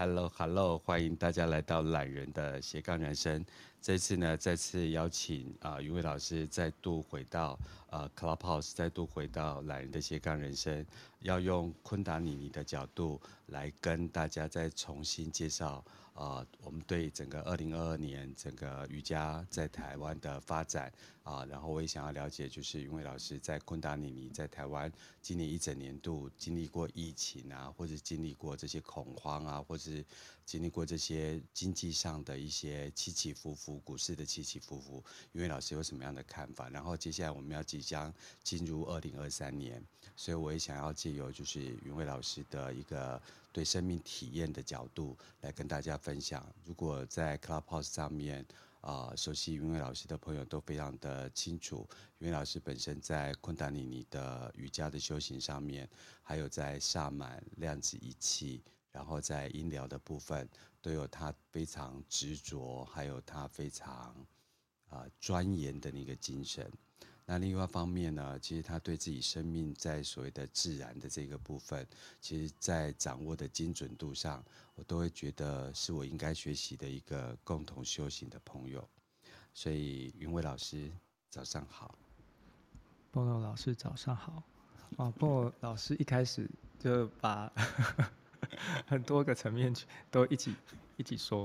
Hello Hello，欢迎大家来到懒人的斜杠人生。这次呢，再次邀请云伟老师再度回到Clubhouse，再度回到懒人的斜杠人生，要用昆达尼尼的角度来跟大家再重新介绍我们对整个2022年整个瑜伽在台湾的发展然后我也想要了解，就是云伟老师在昆达尼尼在台湾今年一整年度经历过疫情或者经历过这些恐慌或是经历过这些经济上的一些起起伏伏，股市的起起伏伏，云伟老师有什么样的看法？然后接下来我们要即将进入2023年，所以我也想要借由就是云伟老师的一个对生命体验的角度来跟大家分享。如果在 Clubhouse 上面熟悉云伟老师的朋友都非常的清楚，云伟老师本身在昆达尼尼的瑜伽的修行上面，还有在萨满量子仪器，然后在音疗的部分，都有他非常执着，还有他非常钻研的那个精神。那另外一方面呢，其实他对自己生命在所谓的自然的这个部分，其实在掌握的精准度上，我都会觉得是我应该学习的一个共同修行的朋友。所以云伟老师早上好。 波诺老师早上好。波诺老师一开始就把很多个层面都一起说。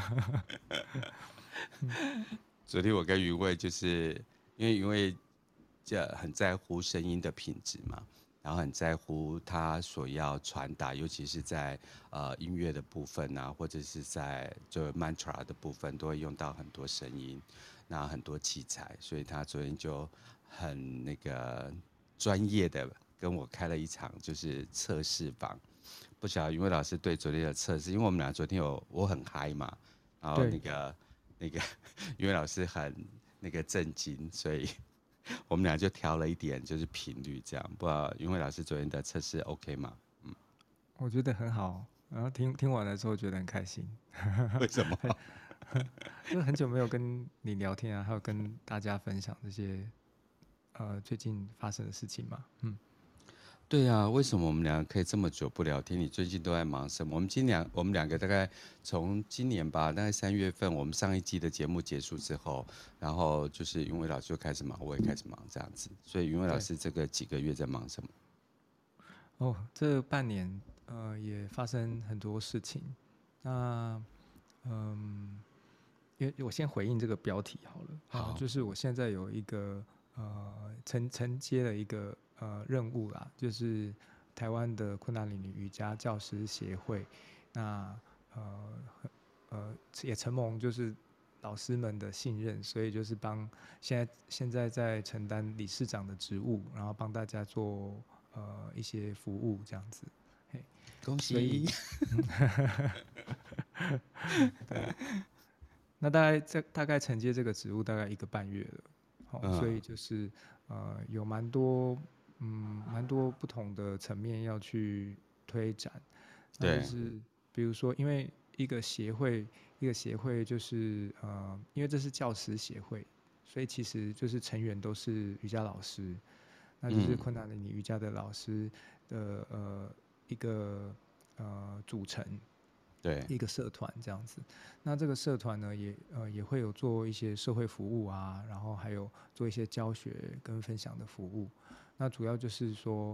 昨天我跟云伟就是因为云伟这很在乎声音的品质嘛，然后很在乎他所要传达，尤其是在音乐的部分或者是在就 mantra 的部分，都会用到很多声音，那很多器材，所以他昨天就很那个专业的跟我开了一场就是测试房。不晓得云伟老师对昨天的测试，因为我们俩昨天我很嗨嘛，然后对， 那个云伟老师很那个震惊，所以我们俩就调了一点就是频率这样。不知道云伟老师昨天的测试 OK 吗？ 我觉得很好。然后听完了之后觉得很开心。 为什么？ 因为很久没有跟你聊天还有跟大家分享这些最近发生的事情嘛。 对呀，为什么我们两个可以这么久不聊天？你最近都在忙什么？我们两个大概从今年吧，大概3月份，我们上一季的节目结束之后，然后就是云伟老师就开始忙，我也开始忙这样子。所以云伟老对。 师这个几个月在忙什么？ 这半年也发生很多事情。那嗯，因为我先回应这个标题好了。 好。 就是我现在有一个承接了一个任务啦，就是台湾的昆达里尼瑜伽教师协会。那呃也承蒙就是老师们的信任，所以就是现在在承担理事长的职务，然后帮大家做一些服务这样子。嘿，所以恭喜。 对。那大概承接这个职务大概1个半月了。所以嗯， 就是有蛮多不同的层面要去推展。那就对。 是比如说，因为一个协会就是因为这是教师协会，所以其实就是成员都是瑜伽老师，那就是嗯， 昆达里尼瑜伽的老师的一个组成对。 一个社团这样子。那这个社团呢，也会有做一些社会服务啊，然后还有做一些教学跟分享的服务。那主要就是说，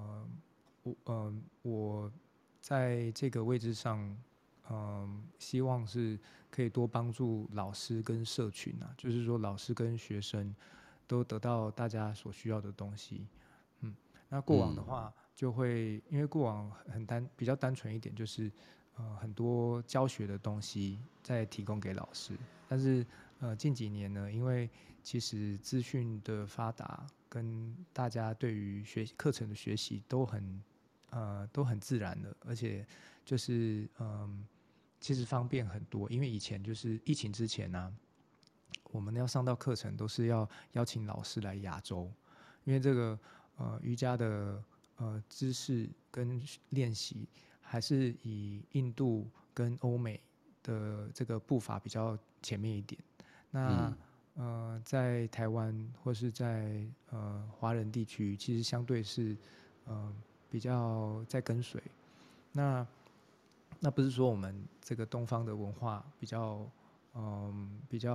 我在这个位置上，希望是可以多帮助老师跟社群啊，就是说老师跟学生都得到大家所需要的东西。那过往的嗯， 话，就会因为过往比较单纯一点，就是很多教学的东西在提供给老师。但是近几年呢，因为其实资讯的发达，跟大家对于课程的学习都很自然的，而且就是其实方便很多。因为以前就是疫情之前呢、我们要上到课程都是要邀请老师来亚洲，因为这个瑜伽的知识跟练习还是以印度跟欧美的这个步伐比较前面一点。那在台湾或是在华人地区，其实相对是比较在跟随。那那不是说我们这个东方的文化比较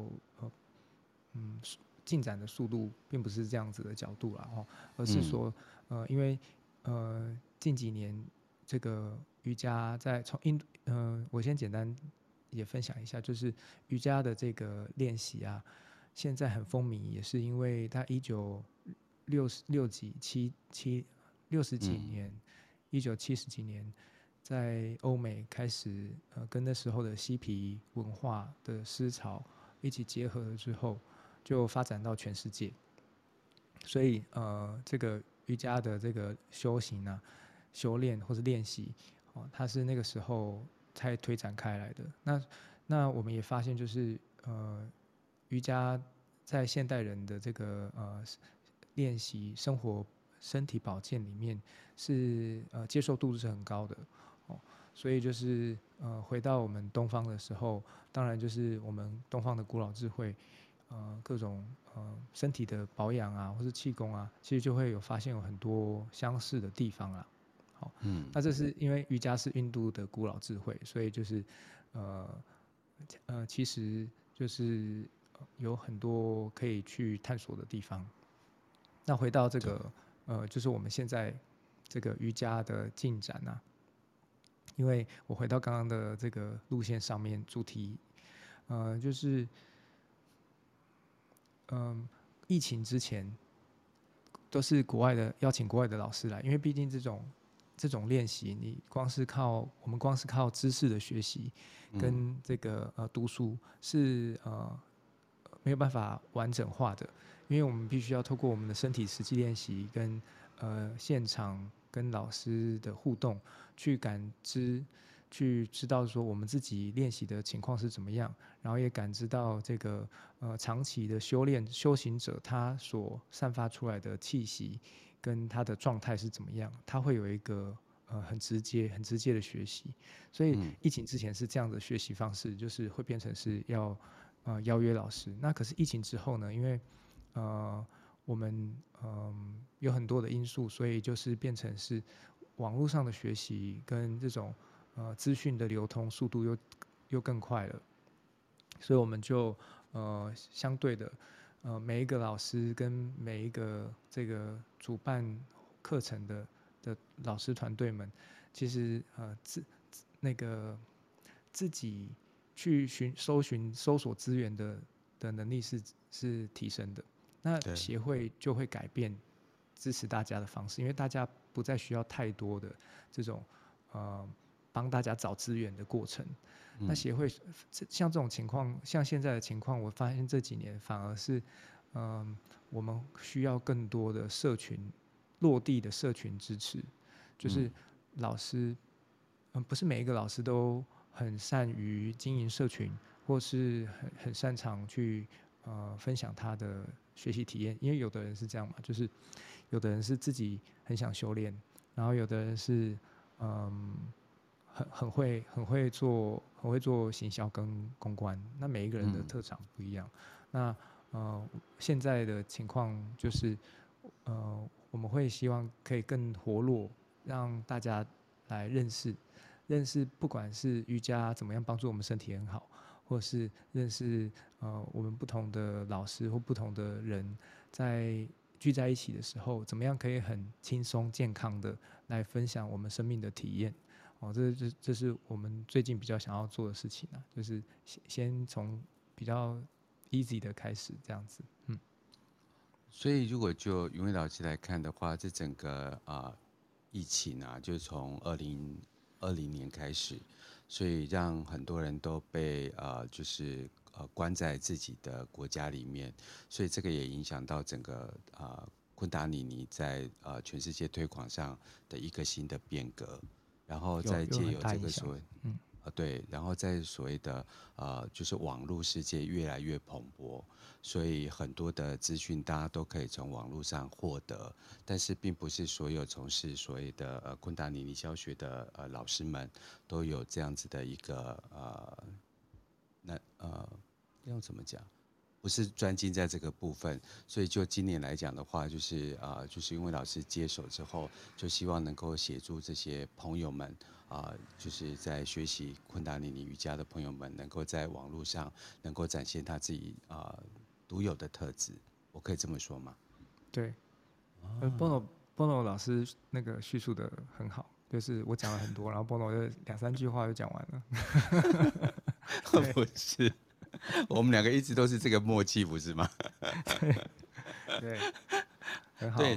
进展的速度并不是这样子的角度啦，而是说因为近几年这个瑜伽在从我先简单也分享一下，就是瑜伽的这个练习啊，现在很风靡，也是因为它60几年，1970几年，在欧美开始跟那时候的嬉皮文化的思潮一起结合了之后，就发展到全世界。所以这个瑜伽的这个修行啊、修炼或是练习，它是那个时候才推展开来的。那我们也发现，就是瑜伽在现代人的这个练习、生活、身体保健里面是接受度是很高的哦。所以就是回到我们东方的时候，当然就是我们东方的古老智慧，各种身体的保养啊，或是气功啊，其实就会有发现有很多相似的地方啦。好，那这是因为瑜伽是印度的古老智慧，所以就是其实就是有很多可以去探索的地方。那回到这个就是我们现在这个瑜伽的进展啊，因为我回到刚刚的这个路线上面，主题就是疫情之前都是邀请国外的老师来，因为毕竟这种练习，我们光是靠知识的学习跟这个读书是没有办法完整化的，因为我们必须要透过我们的身体实际练习跟现场跟老师的互动去感知。去知道说我们自己练习的情况是怎么样，然后也感知到这个长期的修行者他所散发出来的气息跟他的状态是怎么样，他会有一个很直接的学习。所以疫情之前是这样的学习方式，就是会变成是要邀约老师。那可是疫情之后呢，因为我们有很多的因素，所以就是变成是网络上的学习跟这种资讯的流通速度又更快了，所以我们就相对的每一个老师跟每一个这个主办课程的老师团队们，其实自己去搜索资源的能力是提升的。那协会就会改变支持大家的方式，因为大家不再需要太多的这种帮大家找资源的过程。那协会像这种情况，像现在的情况，我发现这几年反而是我们需要更多的落地的社群支持，就是老师不是每一个老师都很善于经营社群，或是很擅长去分享他的学习体验。因为有的人是这样嘛，就是有的人是自己很想修炼，然后有的人是很会做行销跟公关。那每一个人的特长不一样。那现在的情况就是我们会希望可以更活络，让大家来认识，不管是瑜伽怎么样帮助我们身体很好，或是认识我们不同的老师或不同的人在聚在一起的时候，怎么样可以很轻松健康的来分享我们生命的体验。这是我们最近比较想要做的事情啊，就是先从比较 easy 的开始这样子。 所以如果就云伟老师来看的话，这整个疫情啊，就从2020年开始，所以让很多人都被关在自己的国家里面，所以这个也影响到整个昆达里尼在全世界推广上的一个新的变革，然后再借由这个所谓对，然后在所谓的就是网络世界越来越蓬勃，所以很多的资讯大家都可以从网络上获得，但是并不是所有从事所谓的昆达尼尼教学的老师们都有这样子的一个要怎么讲？ 不是专精在这个部分，所以就今年来讲的话，就是因为老师接手之后，就希望能够协助这些朋友们就是在学习昆达里尼瑜伽的朋友们，能够在网络上能够展现他自己独有的特质，我可以这么说吗？ 对，Bono 老师那个叙述的很好，就是我讲了很多，然后 Bono 就2-3句话就讲完了。 不是，我们两个一直都是这个默契，不是吗？ 对，很好。 对，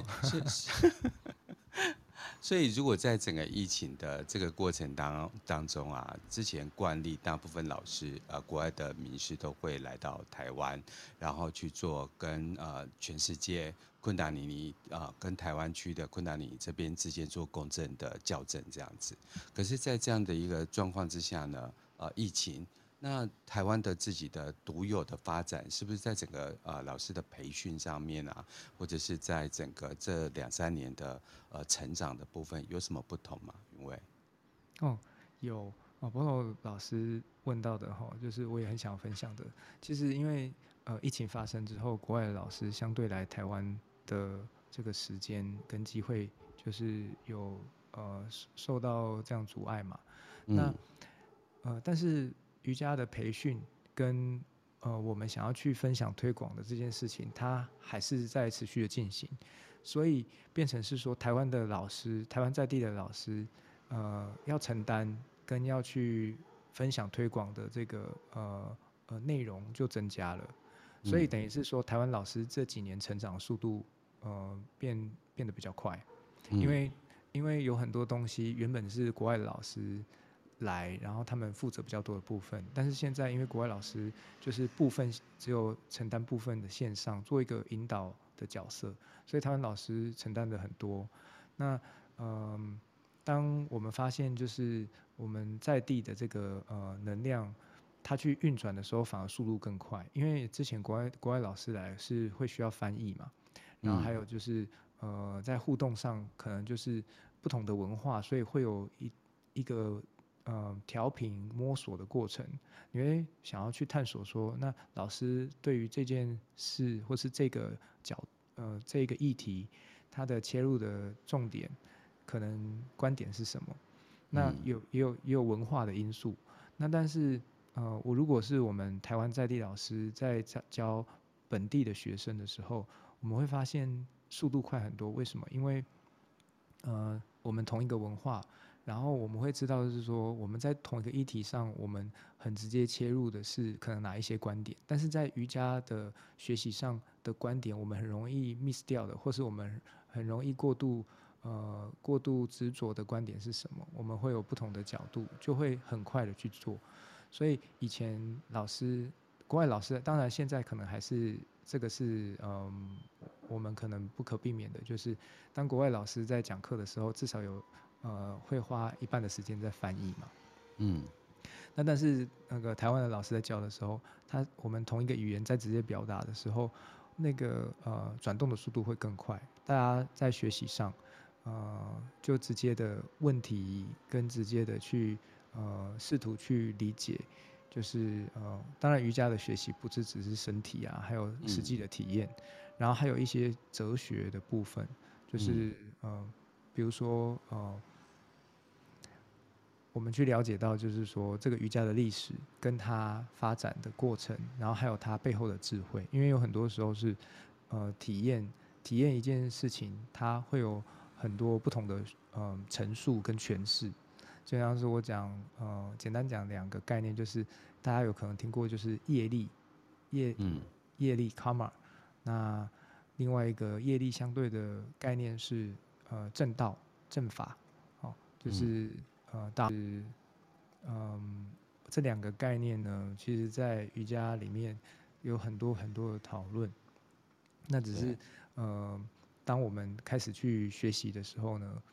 所以如果在整个疫情的这个过程当中之前惯例大部分老师国外的名师都会来到台湾，然后去做跟全世界昆达尼尼跟台湾区的昆达尼尼这边之间做公正的校正这样子。可是，在这样的一个状况之下呢，疫情。那台湾的自己的独有的发展，是不是在整个老师的培训上面或者是在整个这2-3年的成长的部分有什么不同吗？因为有Bono 老师问到的就是我也很想分享的。其实因为疫情发生之后，国外的老师相对来台湾的这个时间跟机会，就是有受到这样阻碍嘛。那但是瑜伽的培训跟我们想要去分享推广的这件事情，它还是在持续的进行，所以变成是说台湾的老师，台湾在地的老师，要承担跟要去分享推广的这个内容就增加了，所以等于是说台湾老师这几年成长速度变得比较快，因为有很多东西原本是国外的老师来，然后他们负责比较多的部分，但是现在因为国外老师就是部分只有承担部分的线上，做一个引导的角色，所以台湾老师承担的很多。那当我们发现就是我们在地的这个能量，它去运转的时候，反而速度更快，因为之前国外老师来是会需要翻译嘛，然后还有就是在互动上可能就是不同的文化，所以会有一个调频摸索的过程，你会想要去探索说，那老师对于这件事或是这个这个议题，它的切入的重点，可能观点是什么？那也有文化的因素。那但是我如果是我们台湾在地老师在教本地的学生的时候，我们会发现速度快很多。为什么？因为我们同一个文化，然后我们会知道就是说我们在同一个议题上，我们很直接切入的是可能哪一些观点，但是在瑜伽的学习上的观点，我们很容易 miss 掉的，或是我们很容易过度执着的观点是什么？我们会有不同的角度，就会很快的去做。所以以前国外老师，当然现在可能还是这个是我们可能不可避免的，就是当国外老师在讲课的时候，至少有会花一半的时间在翻译嘛。那但是那个台湾的老师在教的时候，我们同一个语言在直接表达的时候，那个转动的速度会更快，大家在学习上就直接的问题跟直接的去试图去理解，就是当然瑜伽的学习不只是身体还有实际的体验，然后还有一些哲学的部分，就是比如说我们去了解到，就是说这个瑜伽的历史跟它发展的过程，然后还有它背后的智慧，因为有很多时候是体验一件事情，它会有很多不同的陈述跟诠释。就像是我讲简单讲2个概念，就是大家有可能听过，就是业力业力 karma， 那另外一个业力相对的概念是正道正法，就是这2个概念呢，其实在瑜伽里面有很多很多的讨论。那只是当我们开始去学习的时候呢，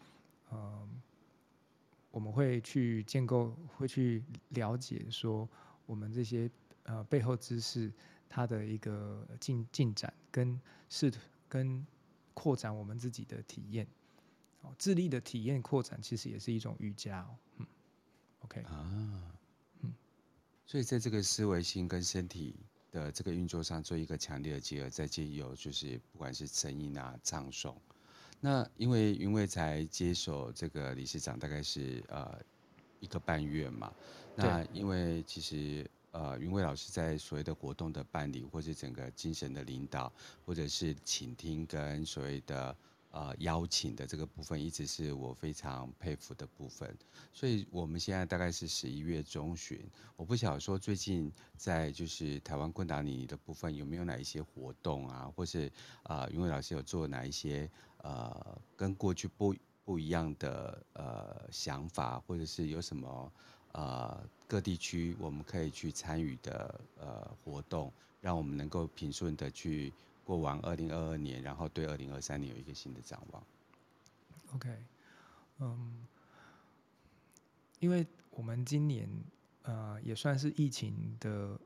我们会去建构，会去了解说我们这些背后知识它的一个进展，跟试图跟扩展我们自己的体验。智力的体验扩展其实也是一种瑜伽。OK。 所以在这个思维性跟身体的这个运作上做一个强烈的结合，再借由就是不管是声音啊、唱诵。那因为云伟才接手这个理事长大概是1个半月嘛， 对， 那因为其实云伟老师在所谓的活动的办理，或是整个精神的领导，或者是倾听跟所谓的邀请的这个部分，一直是我非常佩服的部分。所以我们现在大概是11月中旬，我不晓得说最近在就是台湾昆达里尼的部分有没有哪一些活动啊，或是云伟老师有做哪一些跟过去不一样的想法，或者是有什么各地区我们可以去参与的活动，让我们能够平顺的去过完2022年，然后对2023年有一个新的展望。 OK，嗯，因为我们今年也算是疫情的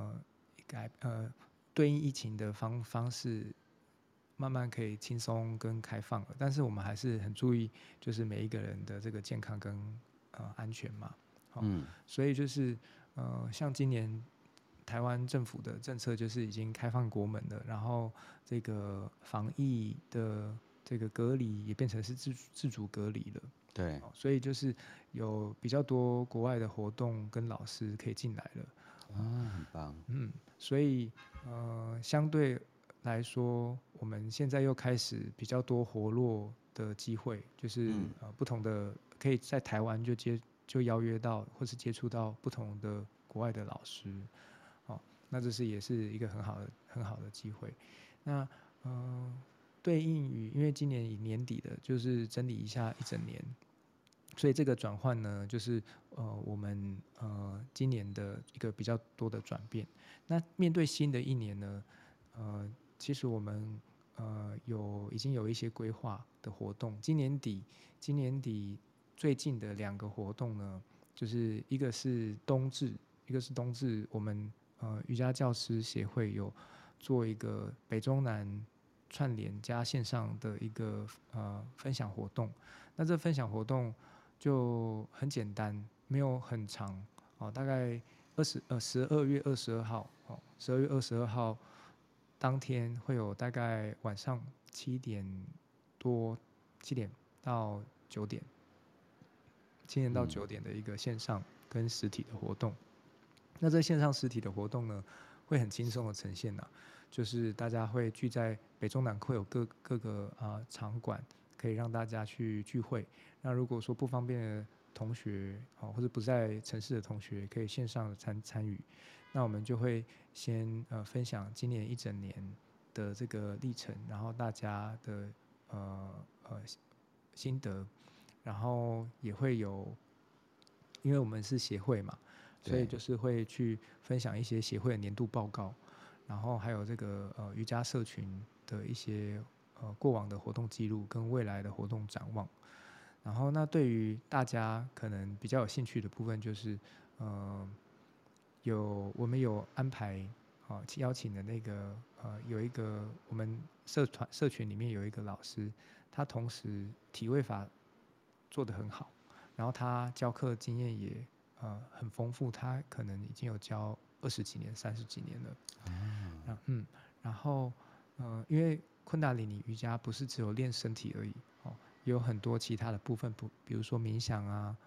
对应疫情的方式慢慢可以轻松跟开放了，但是我们还是很注意，就是每一个人的这个健康跟安全嘛。好，所以就是像今年台湾政府的政策就是已经开放国门了，然后这个防疫的这个隔离也变成是自主隔离了。 对， 所以就是有比较多国外的活动跟老师可以进来了。 很棒。 所以相对来说，我们现在又开始比较多活络的机会，就是不同的可以在台湾就邀约到或是接触到不同的国外的老师，那这也是一个很好的机会。那对应于因为今年以年底的，就是整理一下一整年。所以这个转换呢，就是我们今年的一个比较多的转变。那面对新的一年呢，其实我们已经有一些规划的活动。今年底最近的2个活动呢，就是一个是冬至，我们瑜伽教师协会有做一个北中南串联加线上的一个分享活动。那这分享活动就很简单，没有很长大概12月22号12月22号当天会有大概晚上7点多7点到9点7点到9点的一个线上跟实体的活动。那这线上实体的活动呢，会很轻松的呈现就是大家会聚在北中南会有各个场馆，可以让大家去聚会。那如果说不方便的同学或者不在城市的同学，可以线上参与。那我们就会先分享今年一整年的这个历程，然后大家的心得，然后也会有，因为我们是协会嘛，所以就是会去分享一些协会的年度报告，然后还有这个瑜伽社群的一些过往的活动记录跟未来的活动展望。然后那对于大家可能比较有兴趣的部分，就是我们有安排邀请的那个有一个我们社群里面有一个老师，他同时体位法做得很好，然后他教课经验也很丰富，他可能已经有教20几年、30几年了。然后因为昆达里尼瑜伽不是只有练身体而已也有很多其他的部分，比如说冥想啊，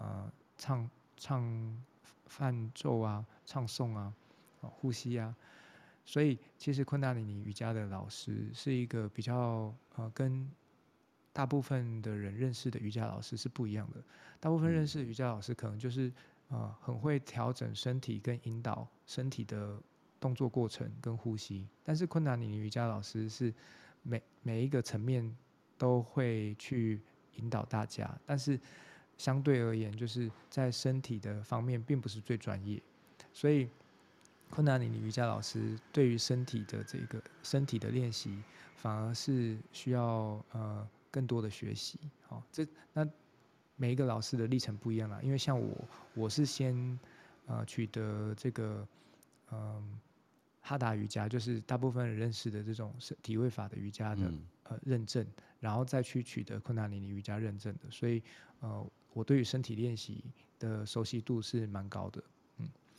唱梵咒啊，唱诵啊，呼吸啊。所以其实昆达里尼瑜伽的老师是一个比较跟大部分的人认识的瑜伽老师是不一样的。大部分认识的瑜伽老师可能就是很会调整身体跟引导身体的动作过程跟呼吸，但是昆达里尼瑜伽老师是每一个层面都会去引导大家，但是相对而言，就是在身体的方面并不是最专业，所以昆达里尼瑜伽老师对于身体的身体的练习，反而是需要更多的学习。那每一个老师的历程不一样啦，因为像我是先取得这个哈达瑜伽，就是大部分人认识的这种体位法的瑜伽的认证，然后再去取得昆达里尼瑜伽认证的，所以我对于身体练习的熟悉度是蛮高的。 对，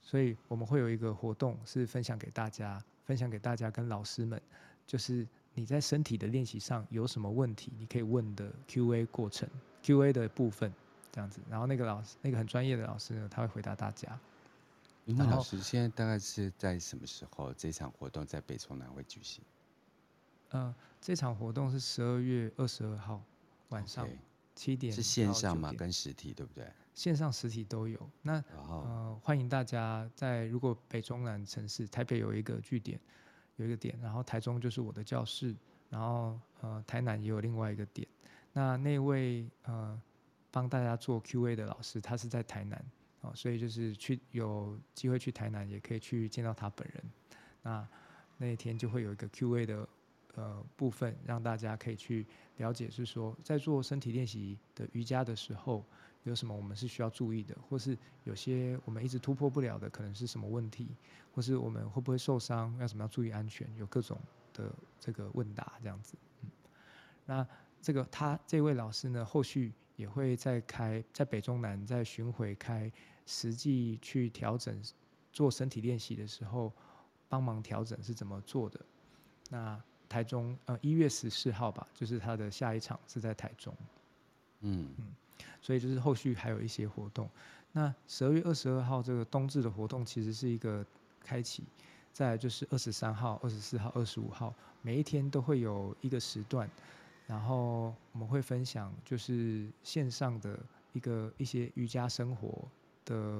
所以我们会有一个活动是分享给大家跟老师们，就是你在身体的练习上有什么问题，你可以问的 Q&A 过程，Q&A 的部分这样子。然后那个很专业的老师呢，他会回答大家。 云慧老师，现在大概是在什么时候这场活动在北中南会举行？ 这场活动是12月22号晚上7点是线上吗？ 到9点， 跟实体对不对？ 线上实体都有。那欢迎大家如果北中南城市，台北有一个据点，有一个点，然后台中就是我的教室，然后台南也有另外一个点。那位帮大家做 Q&A 的老师，他是在台南，所以就是有机会去台南，也可以去见到他本人。那一天就会有一个 Q&A 的部分，让大家可以去了解，是说在做身体练习的瑜伽的时候，有什么我们是需要注意的，或是有些我们一直突破不了的，可能是什么问题，或是我们会不会受伤，要怎么样注意安全，有各种的这个问答这样子。那这位老师呢，后续也会在北中南再巡回开，实际去调整做身体练习的时候，帮忙调整是怎么做的。那台中1月14号吧，就是他的下一场是在台中。所以就是后续还有一些活动。那12月22号这个冬至的活动其实是一个开启，再来就是23号、24号、25号，每一天都会有一个时段，然后我们会分享就是线上的一些瑜伽生活的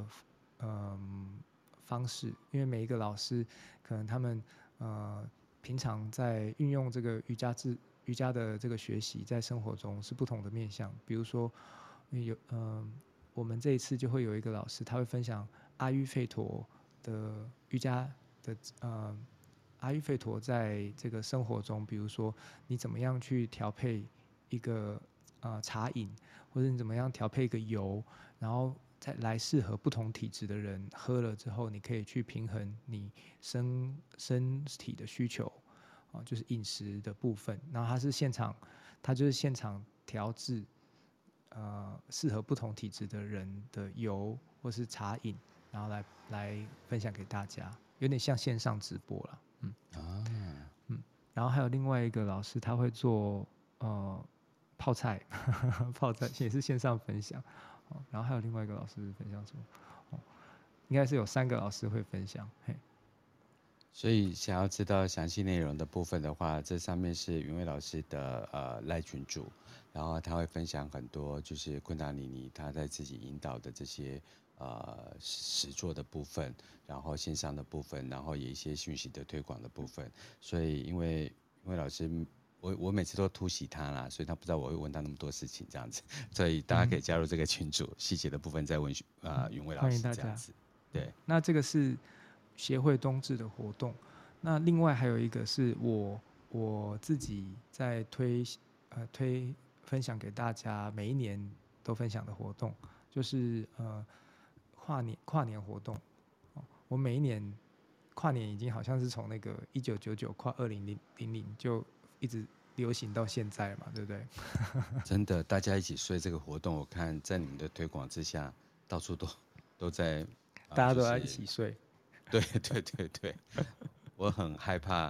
方式，因为每一个老师可能他们平常在运用这个瑜伽的这个学习，在生活中是不同的面向。比如说我们这一次就会有一个老师，他会分享阿育吠陀的瑜伽的阿育吠陀在这个生活中，比如说你怎么样去调配一个茶饮，或者你怎么样调配一个油，然后再来适合不同体质的人喝了之后，你可以去平衡你身体的需求，就是饮食的部分。然后它就是现场调制，适合不同体质的人的油或是茶饮，然后来分享给大家，有点像线上直播了。然后还有另外一个老师，他会做泡菜，泡菜也是线上分享。然后还有另外一个老师分享什么？应该是有3个老师会分享。 所以想要知道详细内容的部分的话，这上面是云伟老师的赖群组，然后他会分享很多就是昆达里尼他在自己引导的这些实作的部分，然后线上的部分，然后也一些讯息的推广的部分。所以因为云伟老师我每次都突袭他啦，所以他不知道我会问他那么多事情这样子，所以大家可以加入这个群组，细节的部分再问云伟老师这样子。对， 那这个是协会冬至的活动。那另外还有一个是我自己在分享给大家，每一年都分享的活动，就是跨年活动。我每一年跨年已经好像是从那个1999跨2000就一直流行到现在了嘛，对不对？ 真的，大家一起睡这个活动，我看在你们的推广之下，到处都在， 大家都在一起睡。 对对对对，我很害怕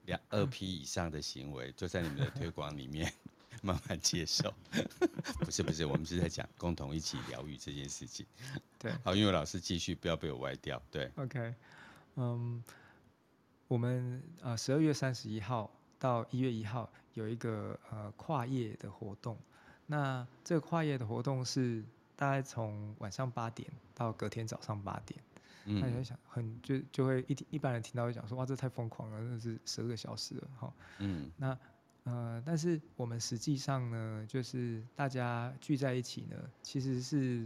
2批以上的行为，就在你们的推广里面慢慢接受。不是，我们是在讲共同一起疗愈这件事情。 对， 好，因为老师继续，不要被我歪掉。对 ，OK，我们12月31号到1月1号有一个跨夜的活动。那这个跨夜的活动是大概从晚上8点到隔天早上8点。那你会想就会一般人听到会讲说，哇，这太疯狂了，真的是12个小时了哈。那但是我们实际上呢，就是大家聚在一起呢，其实是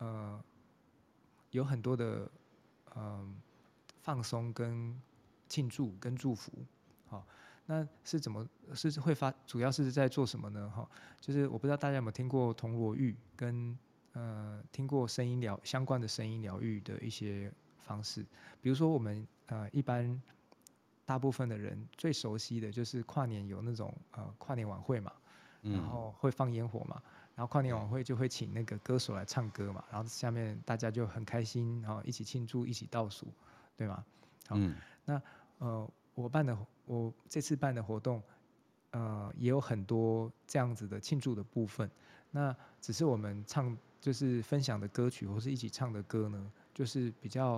有很多的放松跟庆祝跟祝福。好，那是主要是在做什么呢？就是我不知道大家有没有听过铜锣浴跟听过相关的声音疗愈的一些方式。比如说我们一般大部分的人最熟悉的就是跨年有那种跨年晚会嘛，然后会放烟火嘛， 然后跨年晚会就会请那个歌手来唱歌嘛，然后下面大家就很开心，然后一起庆祝，一起倒数，对吗？好，那我这次办的活动，也有很多这样子的庆祝的部分。那只是我们就是分享的歌曲或是一起唱的歌呢，就是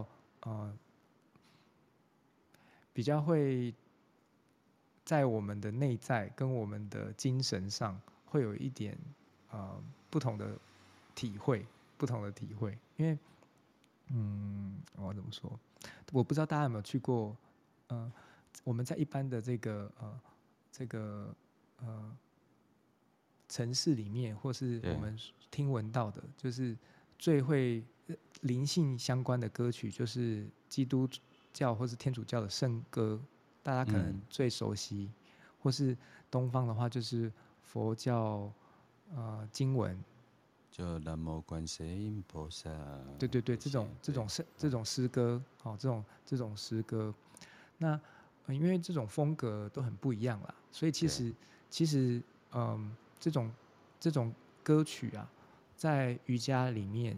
比较会在我们的内在跟我们的精神上会有一点不同的体会，因为我要怎么说？我不知道大家有没有去过，我们在一般的这个城市里面，或是我们听闻到的，就是最会灵性相关的歌曲，就是基督教或是天主教的圣歌，大家可能最熟悉，或是东方的话就是佛教经文， 就南无观世音菩萨。 对，这种诗歌，这种诗歌，那因为这种风格都很不一样啦，所以其实这种歌曲啊，在瑜伽里面，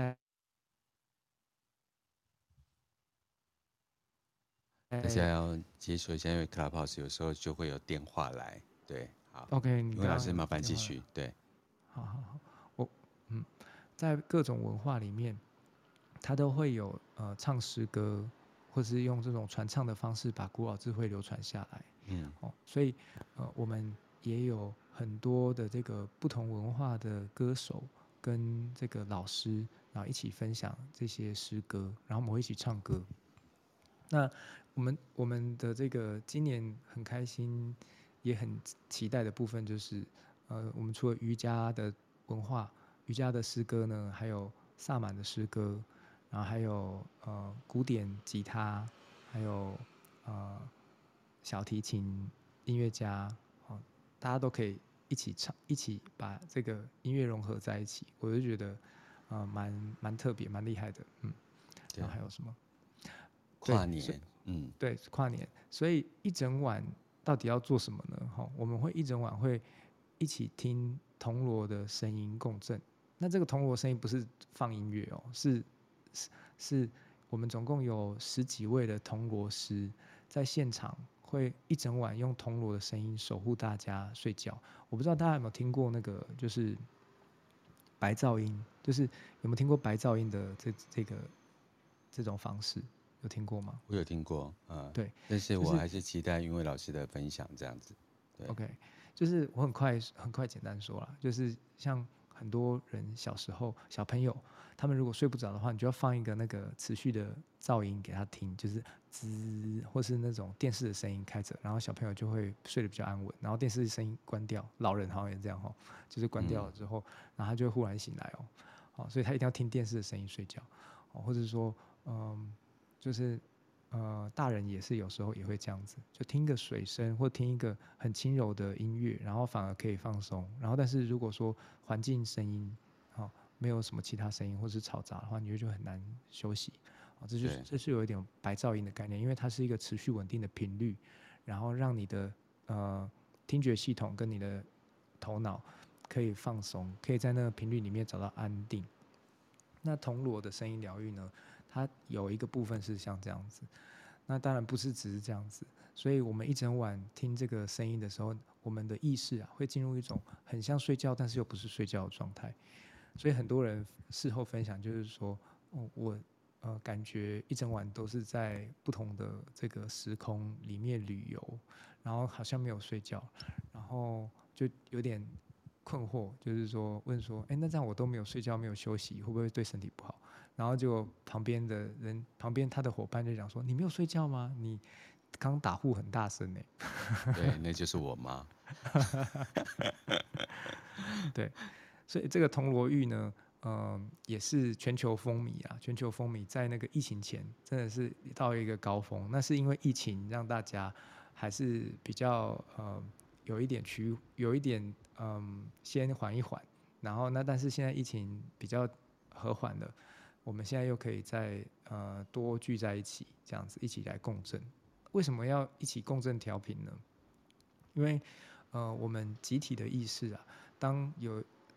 大家要解锁一下，因为 Clubhouse 有时候就会有电话来。对，好 OK， 你因为老师麻烦继续。对， 好，我在各种文化里面，它都会有唱诗歌，或是用这种传唱的方式把古老智慧流传下来。所以我们也有很多的这个不同文化的歌手跟这个老师，然后一起分享这些诗歌，然后我们会一起唱歌。那我们的这个今年很开心，也很期待的部分就是，我们除了瑜伽的文化、瑜伽的诗歌呢，还有萨满的诗歌，然后还有古典吉他，还有小提琴音乐家，大家都可以一起唱，一起把这个音乐融合在一起，我就觉得蛮特别、蛮厉害的。然后还有什么？ 跨年， 对，跨年，所以一整晚到底要做什么呢？我们会一整晚会一起听铜锣的声音共振。那这个铜锣声音不是放音乐哦，是我们总共有10几位的铜锣师在现场，会一整晚用铜锣的声音守护大家睡觉。我不知道大家有没有听过那个，就是白噪音，就是有没有听过白噪音的这种方式？有听过吗？ 我有听过， 对， 但是我还是期待云伟老师的分享这样子。对 OK，就是我很快简单说啦，就是像很多人小朋友，他们如果睡不着的话，你就要放一个那个持续的噪音给他听，就是滋，或是那种电视的声音开着，然后小朋友就会睡得比较安稳。然后电视声音关掉，老人好像也这样就是关掉了之后，然后他就会忽然醒来所以他一定要听电视的声音睡觉或者说就是大人也是有时候也会这样子，就听个水声或听一个很轻柔的音乐，然后反而可以放松。然后但是如果说环境声音没有什么其他声音或是嘈杂的话，你就很难休息这是有一点白噪音的概念，因为它是一个持续稳定的频率，然后让你的听觉系统跟你的头脑可以放松，可以在那个频率里面找到安定。那铜锣的声音疗愈呢，它有一个部分是像这样子，那当然不是只是这样子，所以我们一整晚听这个声音的时候，我们的意识会进入一种很像睡觉，但是又不是睡觉的状态。所以很多人事后分享就是说，我感觉一整晚都是在不同的这个时空里面旅游，然后好像没有睡觉，然后就有点困惑，就是说问说，那这样我都没有睡觉，没有休息，会不会对身体不好？然后就旁边他的伙伴就讲说，你没有睡觉吗？你刚打呼很大声呢。 对，那就是我妈。 对，所以这个铜锣浴呢，也是全球风靡啊，全球风靡在那个疫情前真的是到一个高峰。那是因为疫情让大家还是比较有一点先缓一缓，然后但是现在疫情比较和缓了，我们现在又可以再多聚在一起，这样子一起来共振。为什么要一起共振调频呢？因为我们集体的意识当有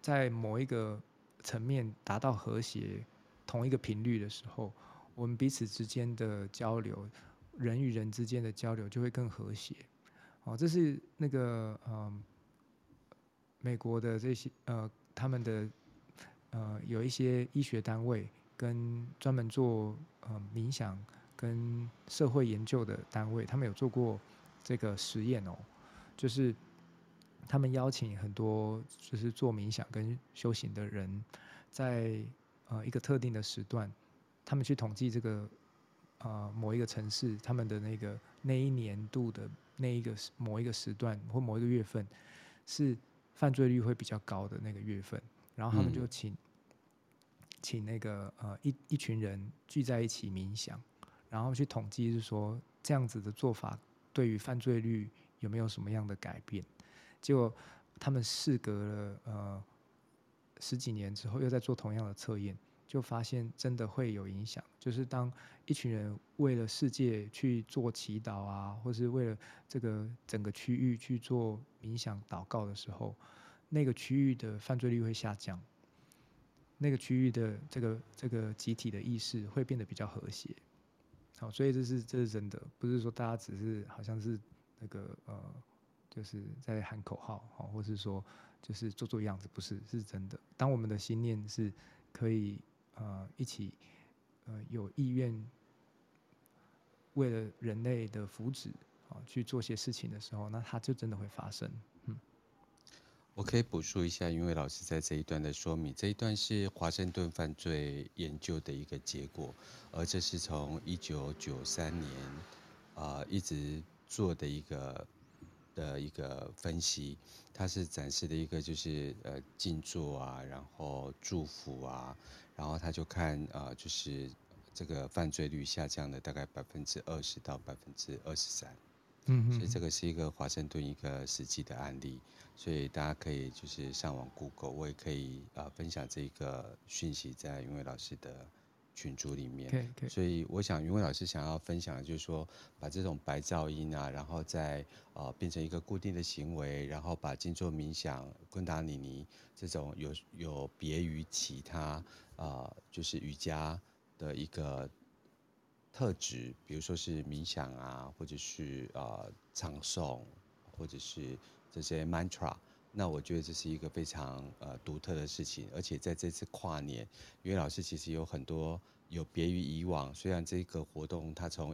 在某一个层面达到和谐、同一个频率的时候，我们彼此之间的交流，人与人之间的交流就会更和谐。这是那个美国的这些他们的有一些医学单位跟专门做冥想跟社会研究的单位，他们有做过这个实验哦，就是他们邀请很多就是做冥想跟修行的人，在一个特定的时段，他们去统计这个某一个城市他们的那一年度的那一个某一个时段或某一个月份是犯罪率会比较高的那个月份，然后他们就请那个一群人聚在一起冥想，然后去统计是说这样子的做法对于犯罪率有没有什么样的改变。结果他们事隔了十几年之后，又在做同样的测验，就发现真的会有影响。就是当一群人为了世界去做祈祷啊，或是为了这个整个区域去做冥想祷告的时候，那个区域的犯罪率会下降，那个区域的这个集体的意识会变得比较和谐。好，所以这是真的，不是说大家只是好像是那个就是在喊口号，或是说就是做样子，不是，是真的。当我们的心念是可以一起有意愿为了人类的福祉去做些事情的时候，那它就真的会发生。 我可以补述一下，因为老师在这一段的说明，这一段是华盛顿犯罪研究的一个结果，而这是从1993年一直做的一个分析，它是展示的一个就是静坐啊，然后祝福啊，然后他就看就是这个犯罪率下降了大概20%到23%。所以这个是一个华盛顿一个实际的案例，所以大家可以就是上网 Google， 我也可以分享这个讯息在云伟老师的群组里面。所以我想云伟老师想要分享的就是说，把这种白噪音啊，然后再变成一个固定的行为，然后把静坐冥想、昆达里尼这种有别于其他就是瑜伽的一个特质，比如说是冥想啊，或者是唱诵，或者是这些 mantra， 那我觉得这是一个非常独特的事情。而且在这次跨年，因为老师其实有很多有别于以往，虽然这个活动它从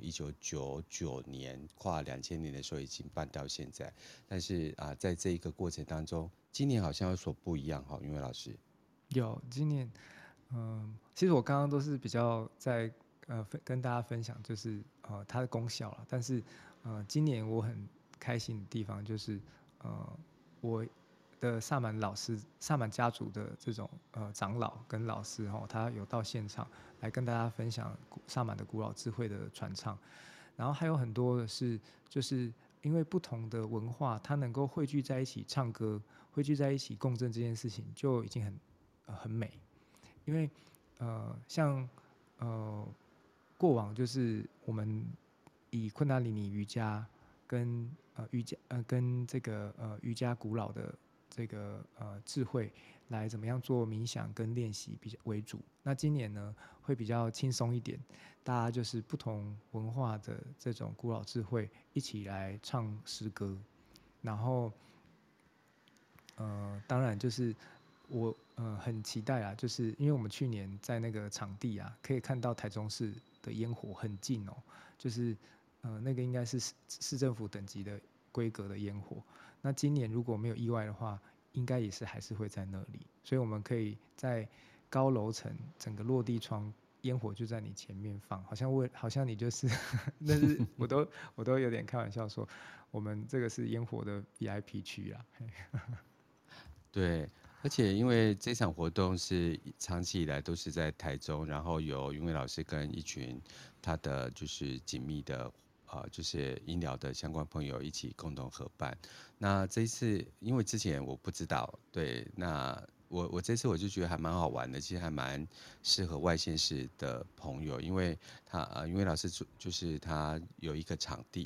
1999年跨2000年的时候已经办到现在，但是在这一个过程当中，今年好像有所不一样哈，因为老师有今年其实我刚刚都是比较在跟大家分享就是它的功效了，但是今年我很开心的地方就是我的萨满老师、萨满家族的这种长老跟老师他有到现场来跟大家分享萨满的古老智慧的传唱，然后还有很多的是就是因为不同的文化，它能够汇聚在一起唱歌，汇聚在一起共振这件事情就已经很美。因为像过往就是我们以昆达里尼瑜伽跟跟这个瑜伽古老的这个智慧来怎么样做冥想跟练习比较为主。那今年呢会比较轻松一点，大家就是不同文化的这种古老智慧一起来唱诗歌，然后当然就是我很期待啊，就是因为我们去年在那个场地啊，可以看到台中市的烟火很近哦，就是那个应该是市政府等级的规格的烟火。那今年如果没有意外的话，应该也是还是会在那里，所以我们可以在高楼层整个落地窗。烟火就在你前面放，好像你就是但是我都有点开玩笑说，我们这个是烟火的 VIP 区啊。 对，而且因为这场活动是长期以来都是在台中，然后由云伟老师跟一群他的就是紧密的就是医疗的相关朋友一起共同合办。那这一次因为之前我不知道，对，那我这次我就觉得还蛮好玩的，其实还蛮适合外县市的朋友，因为云伟老师就是他有一个场地。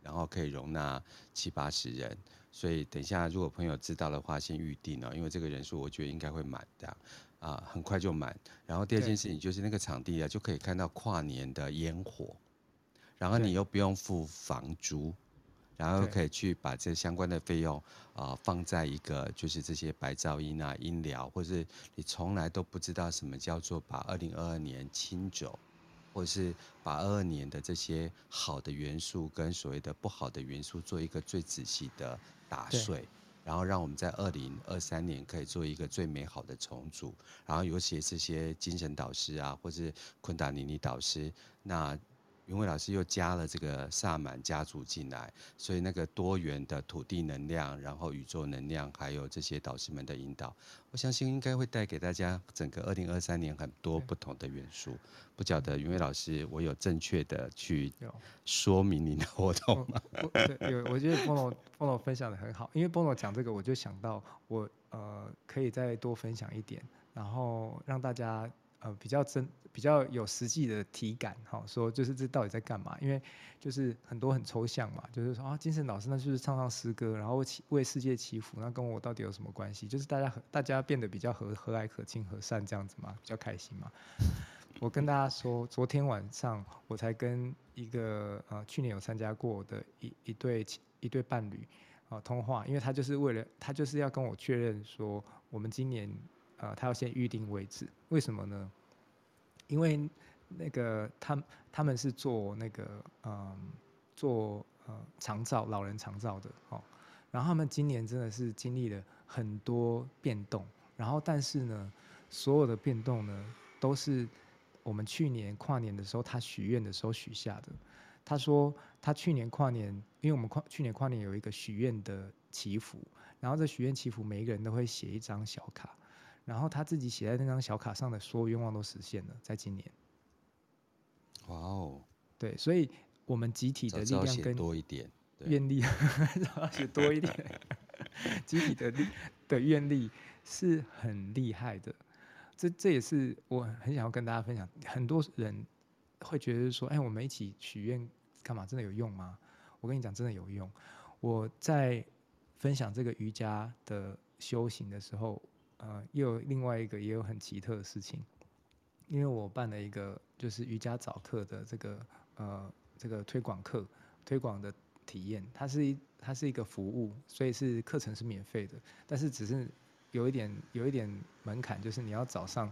然后可以容纳70-80人。所以等一下如果朋友知道的话，先预定哦，因为这个人数我觉得应该会满的很快就满。然后第二件事情就是那个场地啊，就可以看到跨年的烟火，然后你又不用付房租。然后可以去把这相关的费用放在一个就是这些白噪音啊、音疗，或是你从来都不知道什么叫做把2022年清走，或者是把22年的这些好的元素跟所谓的不好的元素做一个最仔细的打碎，然后让我们在2023年可以做一个最美好的重组。然后尤其这些精神导师啊，或是昆达尼尼导师，那云伟老师又加了这个萨满家族进来，所以那个多元的土地能量，然后宇宙能量，还有这些导师们的引导，我相信应该会带给大家整个2023年很多不同的元素。不晓得云伟老师，我有正确的去说明您的活动吗？ 我觉得Bono分享的很好，因为 Bono 讲这个，我就想到我可以再多分享一点，然后让大家比较有实际的体感，说就是这到底在干嘛？因为就是很多很抽象嘛，就是说精神导师那就是唱唱诗歌，然后为世界祈福，那跟我到底有什么关系？就是大家变得比较和蔼可亲和善这样子嘛，比较开心嘛。我跟大家说，昨天晚上我才跟一个去年有参加过的一对伴侣通话，因为他就是要跟我确认说，我们今年他要先预定位置，为什么呢？因为那个他们是做那个做长照老人长照的然后他们今年真的是经历了很多变动，然后但是呢，所有的变动呢都是我们去年跨年的时候他许愿的时候许下的。他说他去年跨年，因为我们去年跨年有一个许愿的祈福，然后这许愿祈福每一个人都会写一张小卡，然后他自己写在那张小卡上的所有愿望都实现了，在今年。 哇哦！ 对，所以我们集体的力量跟愿力要写多一点，集体的愿力是很厉害的。这也是我很想要跟大家分享。很多人会觉得说，我们一起许愿干嘛？真的有用吗？我跟你讲，真的有用。我在分享这个瑜伽的修行的时候，又有另外一个也有很奇特的事情，因为我办了一个就是瑜伽早课的这个推广的体验，它是一个服务，所以是课程是免费的，但是只是有一点门槛，就是你要早上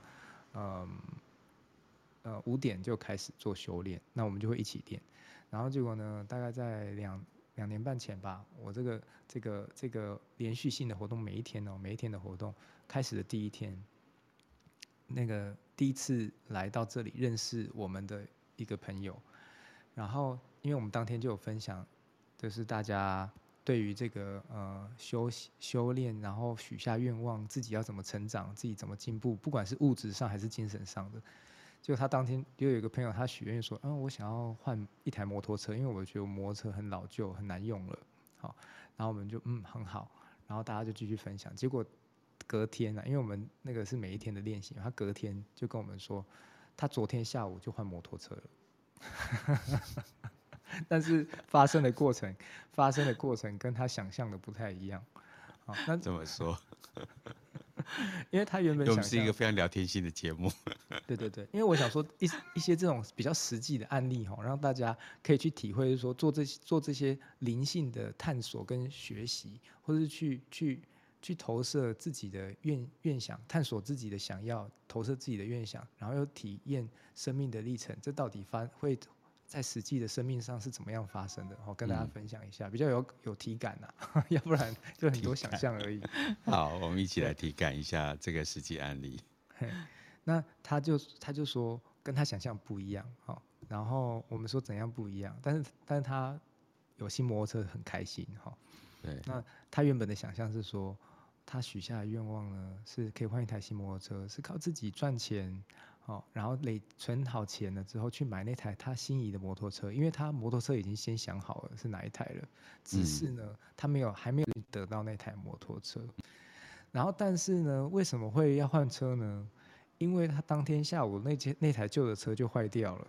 5点就开始做修炼，那我们就会一起练。然后结果呢，大概在两年半前吧，我这个连续性的活动，每一天的活动开始的第一天，那个第一次来到这里认识我们的一个朋友，然后因为我们当天就有分享，就是大家对于这个修炼，然后许下愿望，自己要怎么成长，自己怎么进步，不管是物质上还是精神上的。结果他当天就有一个朋友，他许愿说，我想要换一台摩托车，因为我觉得摩托车很老旧，很难用了。好，然后我们就很好，然后大家就继续分享。结果隔天因为我们那个是每一天的练习，他隔天就跟我们说，他昨天下午就换摩托车了。但是发生的过程跟他想象的不太一样。好，那怎么说？ 因为他原本我们是一个非常聊天性的节目。 对，因为我想说一些这种比较实际的案例让大家可以去体会，就是说做这些灵性的探索跟学习，或者是去投射自己的愿想，探索自己的想要，投射自己的愿想，然后又体验生命的历程，这到底会在实际的生命上是怎么样发生的？跟大家分享一下，比较有体感要不然就很多想象而已。 好，我们一起来体感一下这个实际案例。 那他就说跟他想象不一样，然后我们说怎样不一样，但是他有新摩托车很开心， 对。 那他原本的想象是说，他许下的愿望呢是可以换一台新摩托车，是靠自己赚钱，然后存好钱了之后去买那台他心仪的摩托车，因为他摩托车已经先想好了是哪一台了，只是呢他还没有得到那台摩托车。然后但是呢，为什么会要换车呢？因为他当天下午那台旧的车就坏掉了，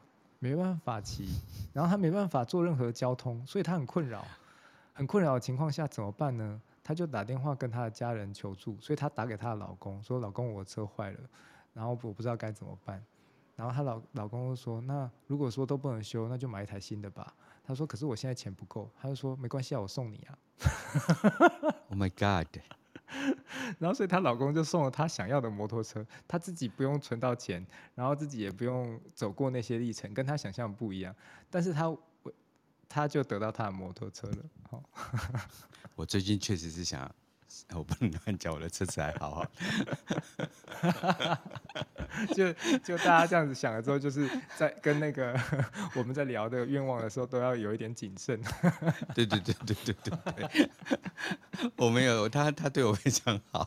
没办法骑，然后他没办法做任何交通，所以他很困扰。很困扰的情况下怎么办呢？他就打电话跟他的家人求助，所以他打给她的老公说：“老公，我的车坏了，然后我不知道该怎么办。”然后她老公就说：“那如果说都不能修，那就买一台新的吧。”他说：“可是我现在钱不够。”他就说：“没关系啊，我送你啊。” Oh my God！ 然后所以她老公就送了她想要的摩托车，她自己不用存到钱，然后自己也不用走过那些历程，跟她想象不一样。但是她就得到她的摩托车了。好、 我最近确实是想，我不能乱讲，我的车子还好好。 就大家这样子想了之后，就是在跟那个我们在聊的愿望的时候，都要有一点谨慎。 对对对对对对对，我没有他对我非常好。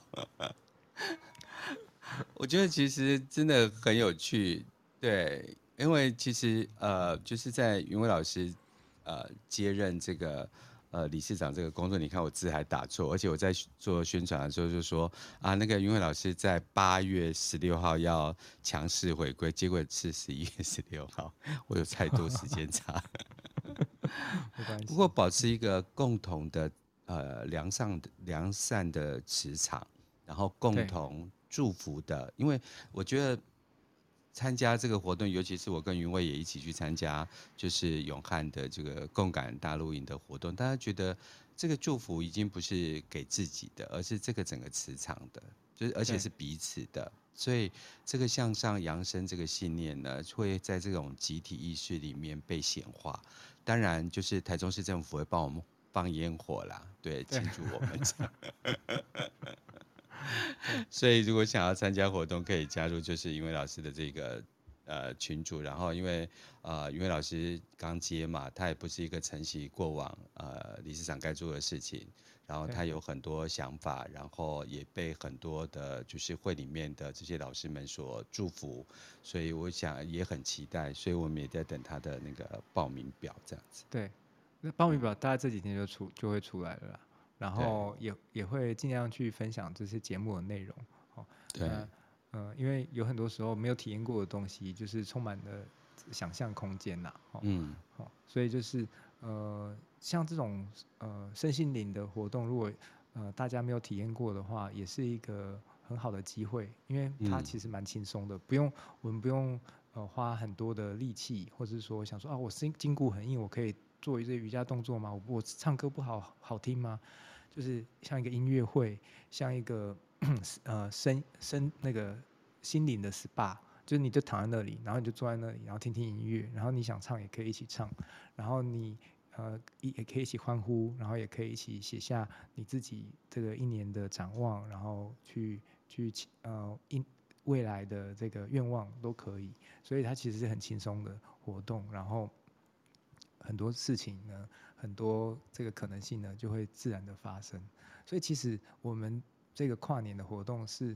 我觉得其实真的很有趣，对，因为其实就是在云伟老师接任这个理事长这个工作，你看我字还打错，而且我在做宣传的时候就说啊，那个云伟老师在8月16号要强势回归，结果是11月16号，我有太多时间差。 没关系。 不过保持一个共同的良善的磁场，然后共对同祝福的，因为我觉得参加这个活动，尤其是我跟云蔚也一起去参加，就是永汉的这个共感大陆营的活动，大家觉得这个祝福已经不是给自己的，而是这个整个磁场的，就是而且是彼此的。所以这个向上扬升这个信念呢，会在这种集体意识里面被显化。当然，就是台中市政府会帮我们放烟火啦，对，庆祝我们这样。所以如果想要参加活动，可以加入就是云伟老师的这个群组。然后因为云伟老师刚接嘛，他也不是一个承袭过往理事长该做的事情，然后他有很多想法，然后也被很多的就是会里面的这些老师们所祝福，所以我想也很期待，所以我们也在等他的那个报名表这样子。 对，那报名表大概这几天就会出来了啦，然对后也会尽量去分享这些节目的内容。哦， 对， 那因为有很多时候没有体验过的东西，就是充满了想象空间呐。哦， 嗯所以就是像这种身心灵的活动，如果大家没有体验过的话，也是一个很好的机会，因为它其实蛮轻松的，我们不用花很多的力气，或者是说想说啊，我筋骨很硬，我可以做一些瑜伽动作吗？我唱歌不好听吗？就是像一个音乐会，像一个那个心灵的 SPA，就是你就躺在那里，然后你就坐在那里，然后听听音乐，然后你想唱也可以一起唱，然后你也可以一起欢呼，然后也可以一起写下你自己这个一年的展望，然后去未来的这个愿望都可以，所以它其实是很轻松的活动，然后很多事情呢，很多这个可能性呢就会自然的发生，所以其实我们这个跨年的活动是，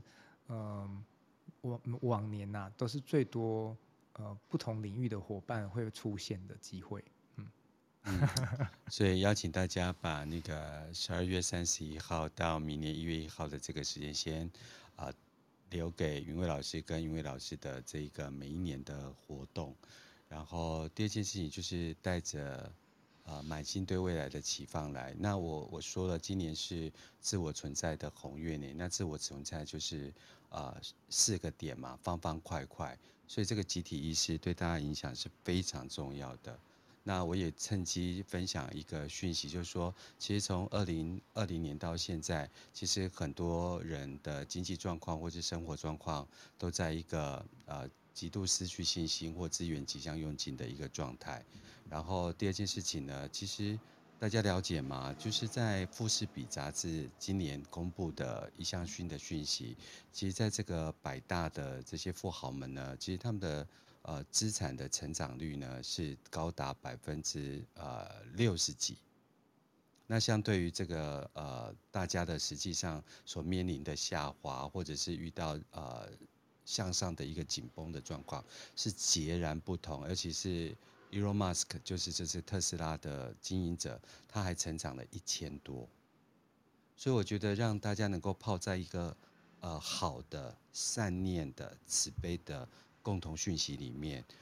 往年呐、都是最多不同领域的伙伴会出现的机会。 所以邀请大家把那个12月31号到明年1月1号的这个时间先留给云蔚老师跟云蔚老师的这个每一年的活动。然后第二件事情就是带着满心对未来的期望来。那我说了，今年是自我存在的红月年，那自我存在就是4个点嘛，方方块块，所以这个集体意识对大家影响是非常重要的。那我也趁机分享一个讯息，就是说，其实从2020年到现在，其实很多人的经济状况或是生活状况都在一个极度失去信心或资源即将用尽的一个状态。然后第二件事情呢，其实大家了解吗？就是在富士比杂志今年公布的一项新的讯息，其实在这个100大的这些富豪们呢，其实他们的资产的成长率呢是高达60%几。那相对于这个大家的实际上所面临的下滑，或者是遇到向上的一个紧绷的状况，是截然不同。而且是 Elon Musk，就是这次特斯拉的经营者，他还成长了1000多。所以我觉得让大家能够泡在一个好的、善念的、慈悲的共同讯息里面，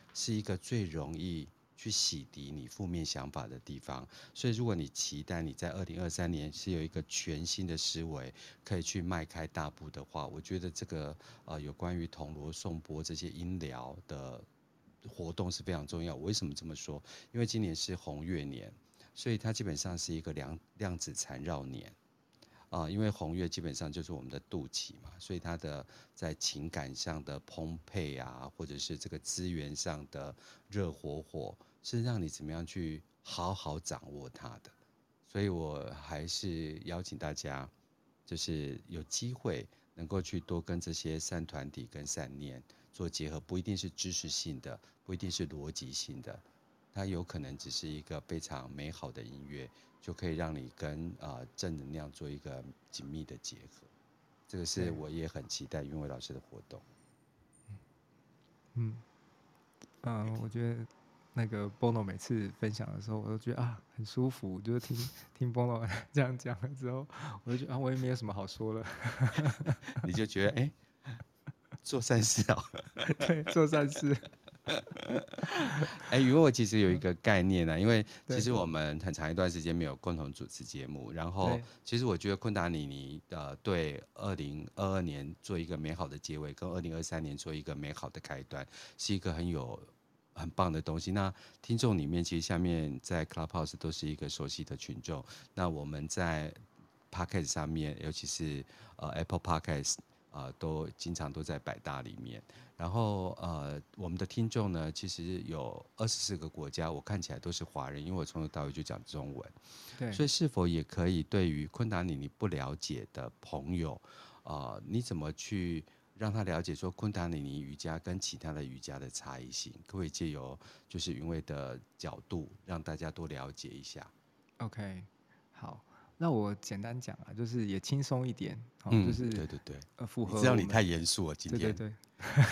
是一个最容易去洗涤你负面想法的地方。所以如果你期待你在2023年是有一个全新的思维，可以去迈开大步的话，我觉得这个有关于铜锣颂钵这些音疗的活动是非常重要。我为什么这么说？因为今年是红月年，所以它基本上是一个量子缠绕年。因为红月基本上就是我们的肚脐嘛，所以它的在情感上的澎湃啊，或者是这个资源上的热火，是让你怎么样去好好掌握它的。所以我还是邀请大家，就是有机会能够去多跟这些善团体跟善念做结合，不一定是知识性的，不一定是逻辑性的，它有可能只是一个非常美好的音乐，就可以让你跟正能量做一个紧密的结合。这个是我也很期待云伟老师的活动。 我觉得那个 Bono 每次分享的时候，我都觉得很舒服，就是听 Bono 这样讲了之后，我就觉得我也没有什么好说了。 你就觉得做善事哦。 对，做善事。 云伟其实有一个概念因为其对实我们很长一段时间没有共同主持节目，然后对其实我觉得昆达里尼对2022年做一个美好的结尾，跟2023年做一个美好的开端，是一个很棒的东西。那听众里面其实下面在 Clubhouse 都是一个熟悉的群众，那我们在 Podcast 上面，尤其是Apple Podcast 都经常都在百大里面。然后我们的听众呢，其实有24个国家，我看起来都是华人，因为我从头到尾就讲中文。 对， 所以是否也可以对于昆达里尼不了解的朋友，你怎么去让他了解说昆达里尼瑜伽跟其他的瑜伽的差异性？可不可以借由就是云伟的角度，让大家多了解一下？ OK， 好，那我简单讲就是也轻松一点，就是对对对， 符你合我们。 知道你太严肃了，今天。 对。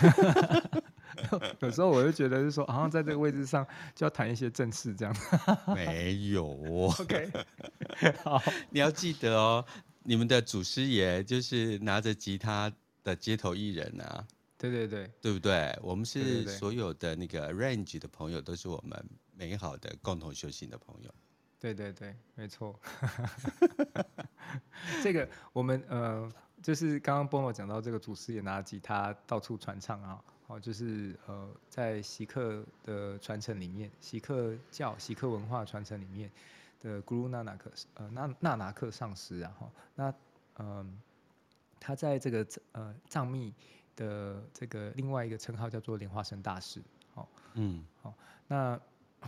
有时候我就觉得是说，好像在这个位置上就要谈一些正事这样。 没有哦。 OK， 好， 你要记得哦，你们的祖师爷就是拿着吉他的街头艺人啊。 对， 对不对？我们对是所有的那个 range 的朋友，都是我们美好的共同修行的朋友。 对，没错。这个我们就是刚刚 Bono 讲到这个祖师也拿吉他到处传唱就是在锡克的传承里面，锡克文化传承里面的 Guru Nanak 纳拿克上师那他在这个藏密的这个另外一个称号叫做莲花生大师。那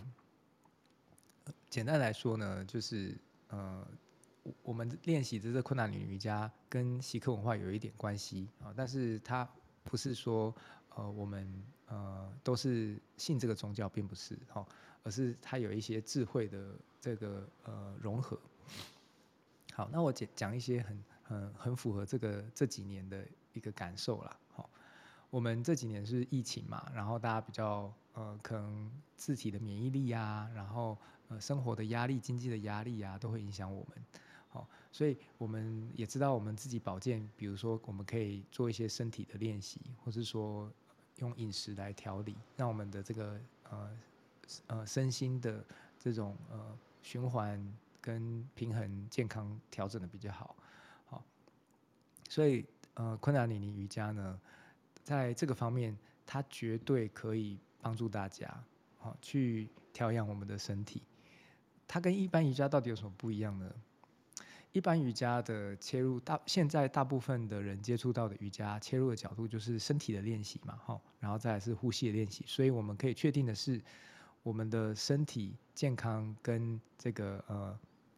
简单来说呢，就是我们练习的这个昆达里尼瑜伽跟锡克文化有一点关系但是它不是说我们都是信这个宗教，并不是而是它有一些智慧的这个融合。好，那我讲一些很符合这几年的一个感受啦。我们这几年是疫情嘛，然后大家比较可能自体的免疫力啊，然后生活的压力、经济的压力啊，都会影响我们。所以我们也知道我们自己保健，比如说我们可以做一些身体的练习，或是说用饮食来调理，让我们的这个身心的这种循环跟平衡、健康调整的比较好。所以昆达里尼瑜伽呢，在这个方面，它绝对可以帮助大家去调养我们的身体。它跟一般瑜伽到底有什么不一样呢？一般瑜伽的切入现在大部分的人接触到的瑜伽切入的角度就是身体的练习嘛，然后再来是呼吸的练习。所以我们可以确定的是，我们的身体健康跟这个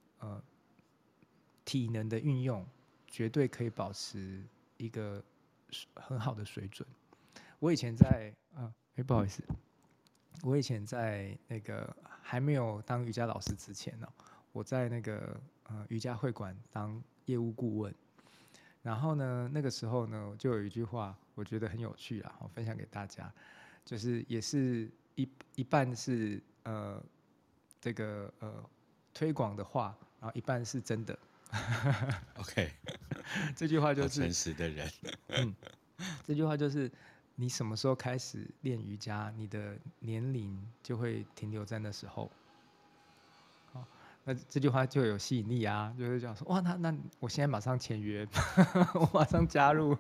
体能的运用，绝对可以保持一个很好的水准。我以前在不好意思，我以前在那个还没有当瑜伽老师之前我在那个瑜伽会馆当业务顾问。然后呢，那个时候呢，就有一句话，我觉得很有趣我分享给大家，就是也是一半是这个推广的话，然后一半是真的。 OK， 这句话就是好诚实的人。 这句话就是你什么时候开始练瑜伽，你的年龄就会停留在那时候。好，那这句话就有吸引力啊，就是讲说，哇，那我现在马上签约，我马上加入。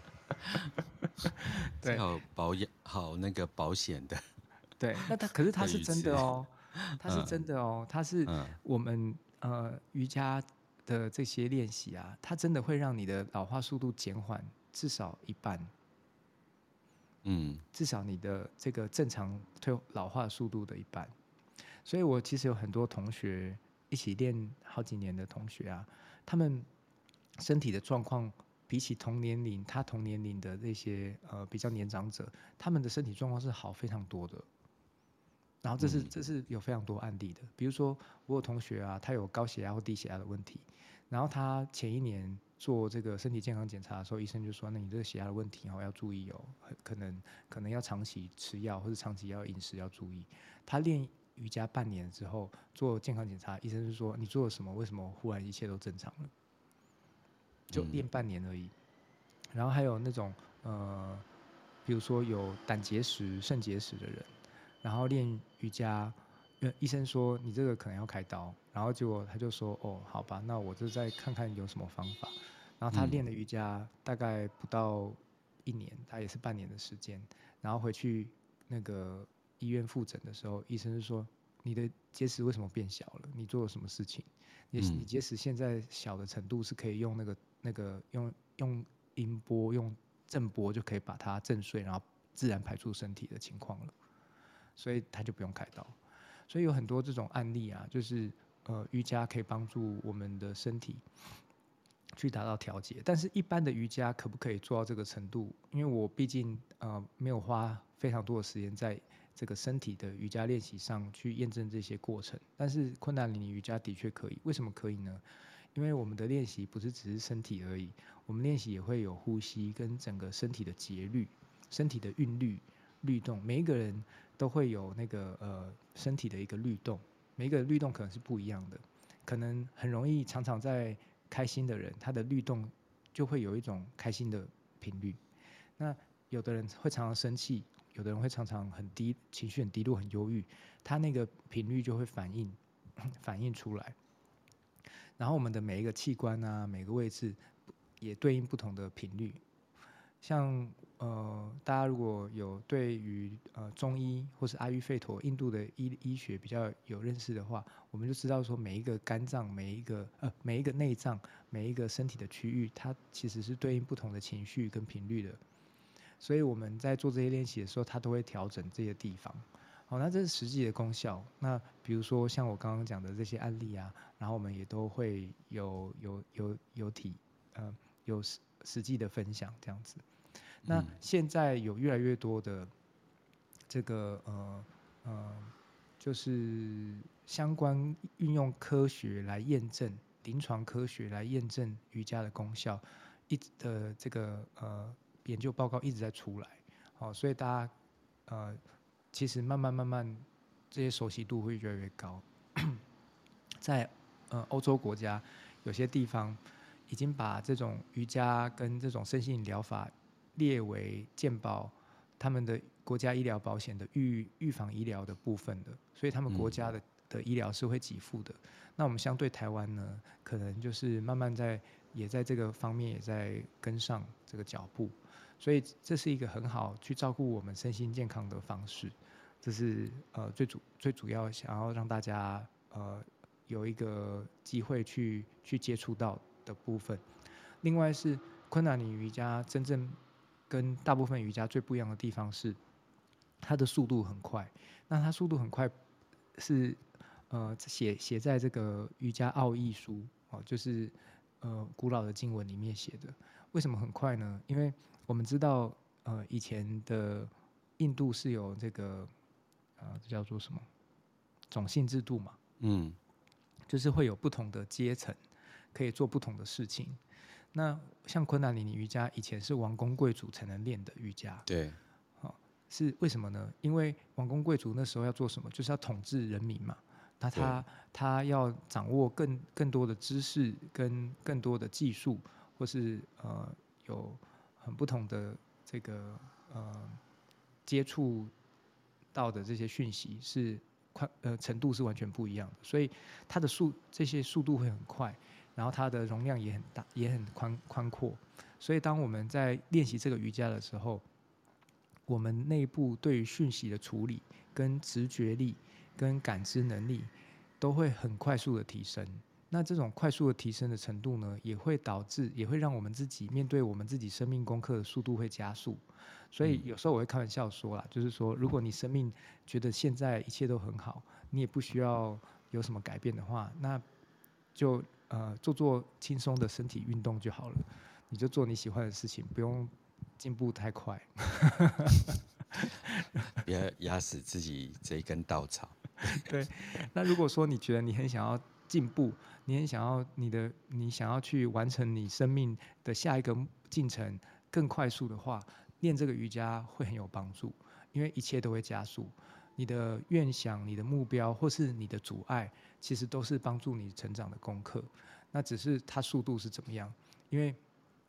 对这好保养，好那个保险的对，那可是它是的语词。 真的哦，它是真的哦，它是嗯我们瑜伽的这些练习啊，它真的会让你的老化速度减缓至少一半。 嗯至少你的这个正常老化速度的一半。所以我其实有很多同学一起练好几年的同学啊，他们身体的状况比起他同年龄的那些比较年长者，他们的身体状况是好非常多的。然后这是有非常多案例的，比如说我有同学啊，他有高血压或低血压的问题，然后他前一年做这个身体健康检查的时候，医生就说，那你这个血压的问题要注意哦，可能要长期吃药或者长期要饮食要注意。他练瑜伽半年之后做健康检查，医生就说你做了什么？为什么忽然一切都正常了？就练半年而已。然后还有那种比如说有胆结石、肾结石的人，然后练瑜伽，医生说你这个可能要开刀，然后结果他就说哦，好吧，那我就再看看有什么方法。然后他练了瑜伽大概不到一年，他也是半年的时间，然后回去那个医院复诊的时候，医生就说你的结石为什么变小了？你做了什么事情？你结石现在小的程度是可以用用音波用震波就可以把它震碎，然后自然排出身体的情况了，所以他就不用开刀。所以有很多这种案例啊，就是瑜伽可以帮助我们的身体去达到调节，但是一般的瑜伽可不可以做到这个程度？因为我毕竟没有花非常多的时间在这个身体的瑜伽练习上去验证这些过程，但是昆达里尼瑜伽的确可以。为什么可以呢？因为我们的练习不是只是身体而已，我们练习也会有呼吸跟整个身体的节律、身体的韵律、律动。每一个人都会有那个身体的一个律动，每一个律动可能是不一样的，可能很容易常常在开心的人，他的律动就会有一种开心的频率。那有的人会常常生气，有的人会常常很低，情绪很低落、很忧郁，他那个频率就会反映出来。然后我们的每一个器官啊，每个位置也对应不同的频率。像大家如果有对于中医或是阿育吠陀、印度的医学比较有认识的话，我们就知道说每一个肝脏、每一个内脏、每一个身体的区域，它其实是对应不同的情绪跟频率的。所以我们在做这些练习的时候，它都会调整这些地方。好，那这是实际的功效。那比如说像我刚刚讲的这些案例啊，然后我们也都会有实际的分享这样子。那现在有越来越多的这个就是相关运用科学来验证，临床科学来验证瑜伽的功效，这个研究报告一直在出来。好，所以大家其实慢慢这些熟悉度会越来越高。在欧洲国家有些地方已经把这种瑜伽跟这种身心灵疗法列为健保他们的国家医疗保险的预防医疗的部分的，所以他们国家的医疗是会给付的。那我们相对台湾呢，可能就是慢慢也在这个方面也在跟上这个脚步，所以这是一个很好去照顾我们身心健康的方式。这是最主要想要让大家有一个机会去接触到的部分。另外是昆达尼瑜伽真正跟大部分瑜伽最不一样的地方是，它的速度很快。那它速度很快是写在这个瑜伽奥义书哦，就是古老的经文里面写的。为什么很快呢？因为我们知道以前的印度是有这个这叫做什么种姓制度嘛，就是会有不同的阶层可以做不同的事情。那像昆达里尼瑜伽以前是王公贵族才能练的瑜伽， 对， 是为什么呢？因为王公贵族那时候要做什么，就是要统治人民嘛。那他要掌握更多的知识跟更多的技术，或是有很不同的这个接触到的这些讯息是程度是完全不一样的，所以它的这些速度会很快，然后它的容量也很大，也很宽阔。所以当我们在练习这个瑜伽的时候，我们内部对于讯息的处理、跟直觉力、跟感知能力都会很快速的提升。那这种快速的提升的程度呢，也会让我们自己面对我们自己生命功课的速度会加速。所以有时候我会开玩笑说啦，就是说，如果你生命觉得现在一切都很好，你也不需要有什么改变的话，那就做轻松的身体运动就好了。你就做你喜欢的事情，不用进步太快。 不要压死自己这一根稻草。 对，那如果说你觉得你很想要进步，你很想要你想要去完成你生命的下一个进程更快速的话，练这个瑜伽会很有帮助，因为一切都会加速。你的愿想、你的目标或是你的阻碍，其实都是帮助你成长的功课。那只是它速度是怎么样？因为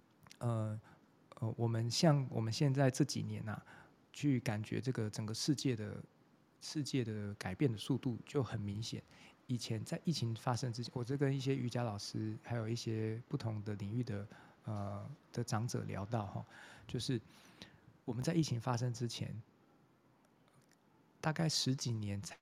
我们现在这几年啊，去感觉这个整个世界的改变的速度就很明显。以前在疫情发生之前，我在跟一些瑜伽老师，还有一些不同的领域的长者聊到哈，就是我们在疫情发生之前，大概10几年才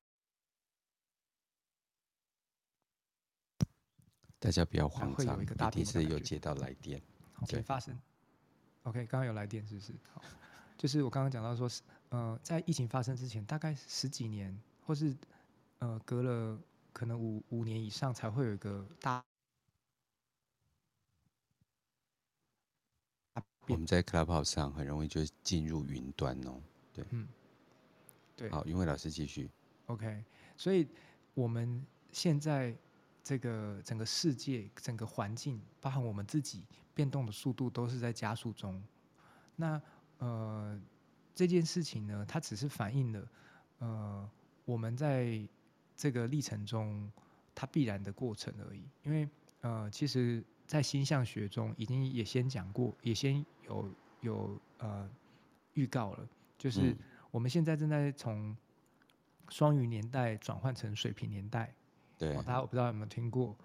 大家不要慌张， 会有一个大一定屏幕的感觉。 是有接到来电。 疫情发生 ，OK， 刚刚有来电是不是？好，就是我刚刚讲到说，在疫情发生之前，大概10几年，或是隔了可能五年以上，才会有一个大我们在 Clubhouse 上很容易就进入云端哦。对， 对。 好，云伟老师继续。 OK，所以我们现在这个整个世界、整个环境，包含我们自己变动的速度，都是在加速中。那这件事情呢，它只是反映了我们在这个历程中它必然的过程而已。因为其实，在星象学中已经也先讲过，也先有预告了，就是我们现在正在从双鱼年代转换成水瓶年代。 对， 大家我不知道有没有听过，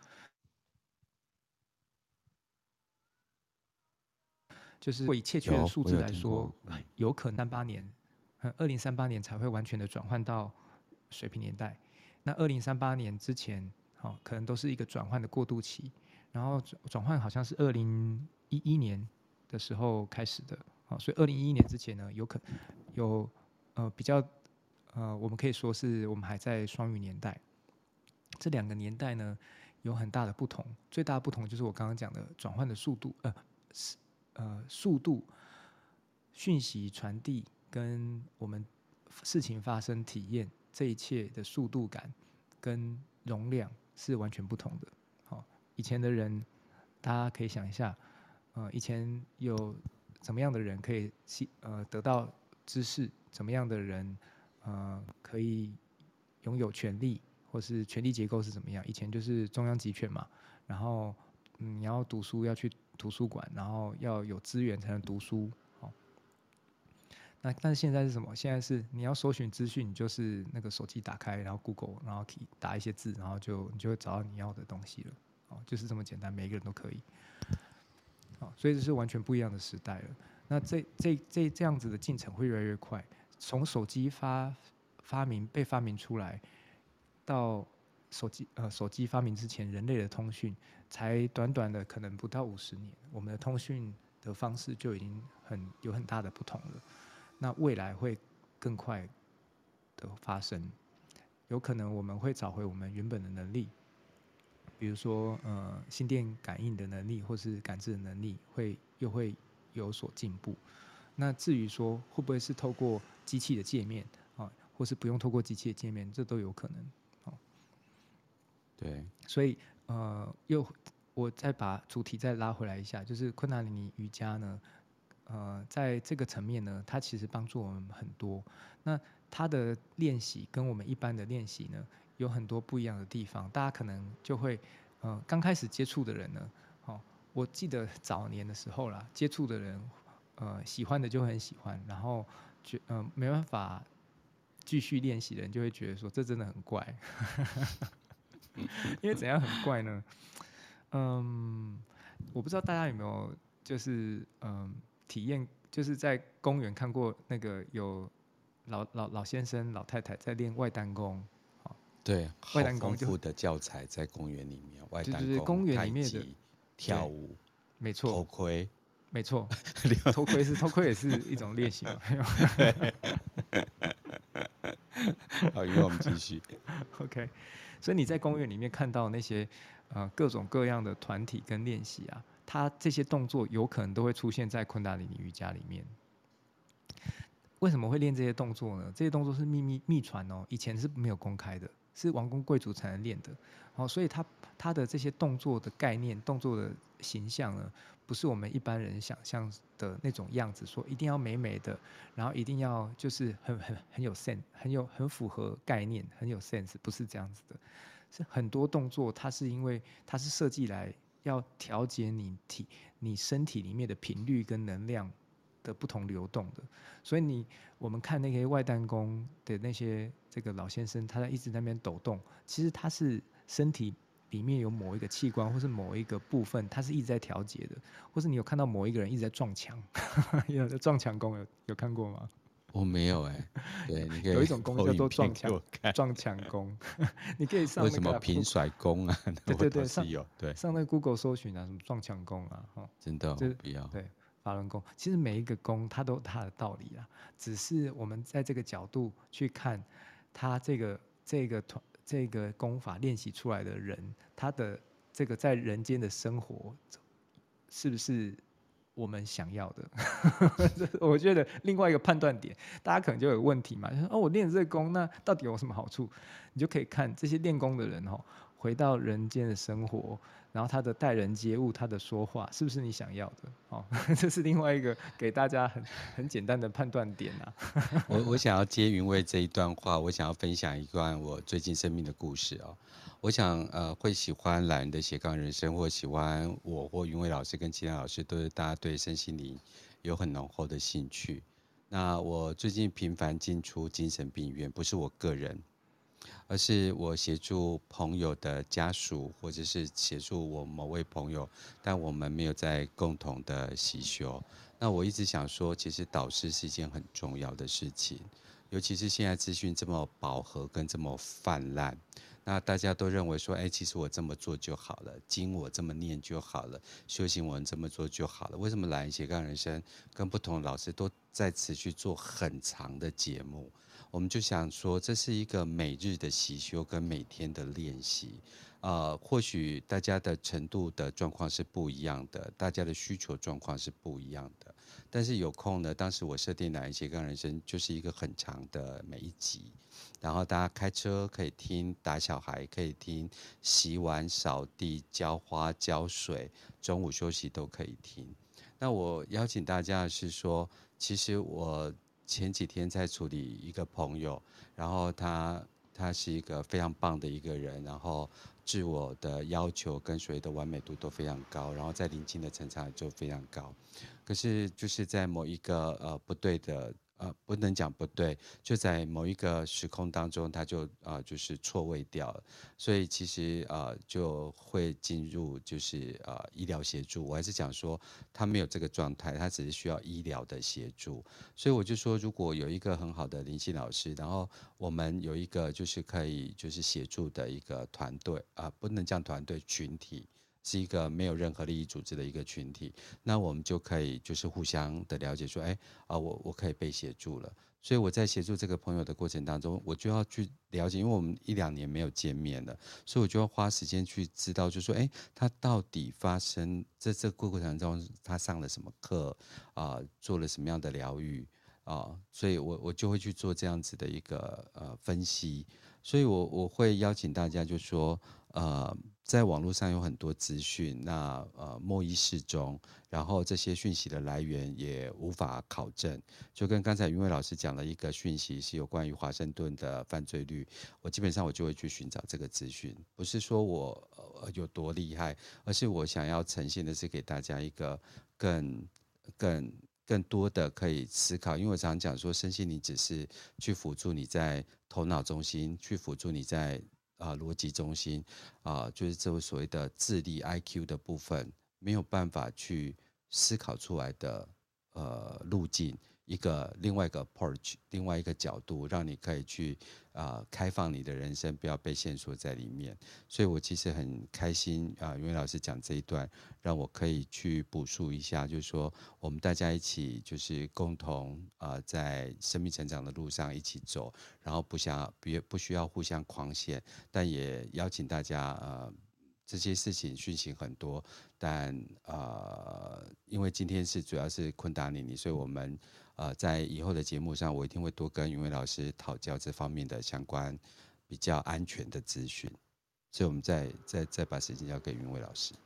就是以确切的数字来说，有可能2038年才会完全的转换到水瓶年代。那2038年之前，可能都是一个转换的过渡期。然后转换好像是2011年的时候开始的，所以2011年之前呢，有比较我们可以说是我们还在双鱼年代。这2个年代呢有很大的不同，最大的不同就是我刚刚讲的转换的速度，速度、讯息传递跟我们事情发生体验这一切的速度感跟容量是完全不同的。以前的人，大家可以想一下，以前有怎么样的人可以得到知识，怎么样的人可以拥有权利，或是权力结构是怎么样？以前就是中央集权嘛，然后你要读书要去图书馆，然后要有资源才能读书。但是现在是什么？现在是你要搜寻资讯，你就是那个手机打开，然后 Google， 然后打一些字，然后你就会找到你要的东西了。就是这么简单，每个人都可以。所以这是完全不一样的时代了。那这样子的进程会越来越快。从手机被发明出来，到手机发明之前，人类的通讯才短短的可能不到50年，我们的通讯的方式就已经有很大的不同了。那未来会更快的发生，有可能我们会找回我们原本的能力，比如说心电感应的能力或是感知的能力又会有所进步。那至于说会不会是透过机器的界面或是不用透过机器的界面，这都有可能。 对， 所以我再把主题再拉回来一下，就是昆达里尼瑜伽呢，在这个层面呢，它其实帮助我们很多。那它的练习跟我们一般的练习呢，有很多不一样的地方。大家可能就会，刚开始接触的人呢，我记得早年的时候啦，接触的人， 喜欢的就会很喜欢，然后没办法继续练习的人就会觉得说这真的很怪。因为怎样很怪呢？我不知道大家有没有就是体验，就是在公园看过那个有老先生老太太在练外单功。 对， 外好单功就丰富的教材在公园里面，外对对对， 单功、 公园里面的太极、跳舞、 没错头盔。 没错，头盔也是一种练习嘛。 好，因为我们继续。 OK，所以你在公园里面看到那些各种各样的团体跟练习啊，它这些动作有可能都会出现在昆达里尼瑜伽里面。为什么会练这些动作呢？这些动作是秘传哦，以前是没有公开的，是王公贵族才能练的。所以他的这些动作的概念、动作的形象呢，不是我们一般人想象的那种样子，说一定要美美的，然后一定要就是很有 sense，很符合概念，很有 sense，不是这样子的。是很多动作，它是因为它是设计来要调节你身体里面的频率跟能量的不同流动的。所以我们看那些外单功的那些这个老先生，他在一直在那边抖动，其实他是身体里面有某一个器官或是某一个部分，它是一直在调节的，或是你有看到某一个人一直在撞墙，有的撞墙功有看过吗？ 我没有对，你可以有一种功叫做影片给我看。 撞墙功，你可以上为什么那个平甩功啊？ 对我倒对， 是有。对， 上那个 Google 搜寻啊，什么撞墙功啊， 真的就是不要。 对法轮功，其实每一个功它都有它的道理啊，只是我们在这个角度去看，它这个功法练习出来的人，他的这个在人间的生活是不是我们想要的？我觉得另外一个判断点，大家可能就有问题嘛，就是我练这个功，那到底有什么好处？你就可以看这些练功的人回到人间的生活，然后他的待人接物，他的说话，是不是你想要的？这是另外一个给大家很简单的判断点啊。 我想要接云卫这一段话，我想要分享一段我最近生命的故事我想会喜欢懒人的斜杠人生，或喜欢我或云卫老师跟其他老师，都是大家对身心灵有很浓厚的兴趣。那我最近频繁进出精神病院，不是我个人，而是我协助朋友的家属，或者是协助我某位朋友，但我们没有在共同的习修。那我一直想说，其实导师是一件很重要的事情，尤其是现在资讯这么饱和跟这么泛滥，那大家都认为说，其实我这么做就好了，经我这么念就好了，修行我这么做就好了。为什么懒人斜杠人生跟不同的老师都在持续做很长的节目？我们就想说，这是一个每日的习修跟每天的练习。或许大家的程度的状况是不一样的，大家的需求状况是不一样的。但是有空呢，当时我设定懒人斜杠人生就是一个很长的每一集，然后大家开车可以听，打小孩可以听，洗碗、扫地、浇花、浇水，中午休息都可以听。那我邀请大家的是说，其实我前几天在处理一个朋友，然后他是一个非常棒的一个人，然后自我的要求跟所有的完美度都非常高，然后在灵性的成长就非常高。可是就是在某一个不对的不能讲不对，就在某一个时空当中，他就是错位掉了，所以其实就会进入就是医疗协助。我还是讲说他没有这个状态，他只是需要医疗的协助。所以我就说，如果有一个很好的灵性老师，然后我们有一个就是可以就是协助的一个团队不能讲团队群体。是一个没有任何利益组织的一个群体，那我们就可以就是互相的了解说，我可以被协助了。所以我在协助这个朋友的过程当中，我就要去了解，因为我们1-2年没有见面了，所以我就要花时间去知道，就说，他到底发生在这个过程中，他上了什么课做了什么样的疗愈所以我就会去做这样子的一个分析。所以我会邀请大家就说在网络上有很多资讯，那莫一适中，然后这些讯息的来源也无法考证。就跟刚才云伟老师讲了一个讯息是有关于华盛顿的犯罪率，我基本上我就会去寻找这个资讯，不是说我有多厉害，而是我想要呈现的是给大家一个更更多的可以思考。因为我常常讲说，身心灵只是去辅助你在头脑中心，去辅助你在逻辑中心就是这所谓的智力 IQ 的部分，没有办法去思考出来的路径。另外一个 approach， 另外一个角度，让你可以去开放你的人生，不要被限缩在里面。所以我其实很开心云伟老师讲这一段，让我可以去补述一下，就是说我们大家一起就是共同在生命成长的路上一起走，然后不需要互相框限，但也邀请大家这些事情讯息很多，但因为今天主要是昆达尼尼，所以我们在以后的节目上，我一定会多跟云伟老师讨教这方面的相关比较安全的资讯。所以我们再把时间交给云伟老师。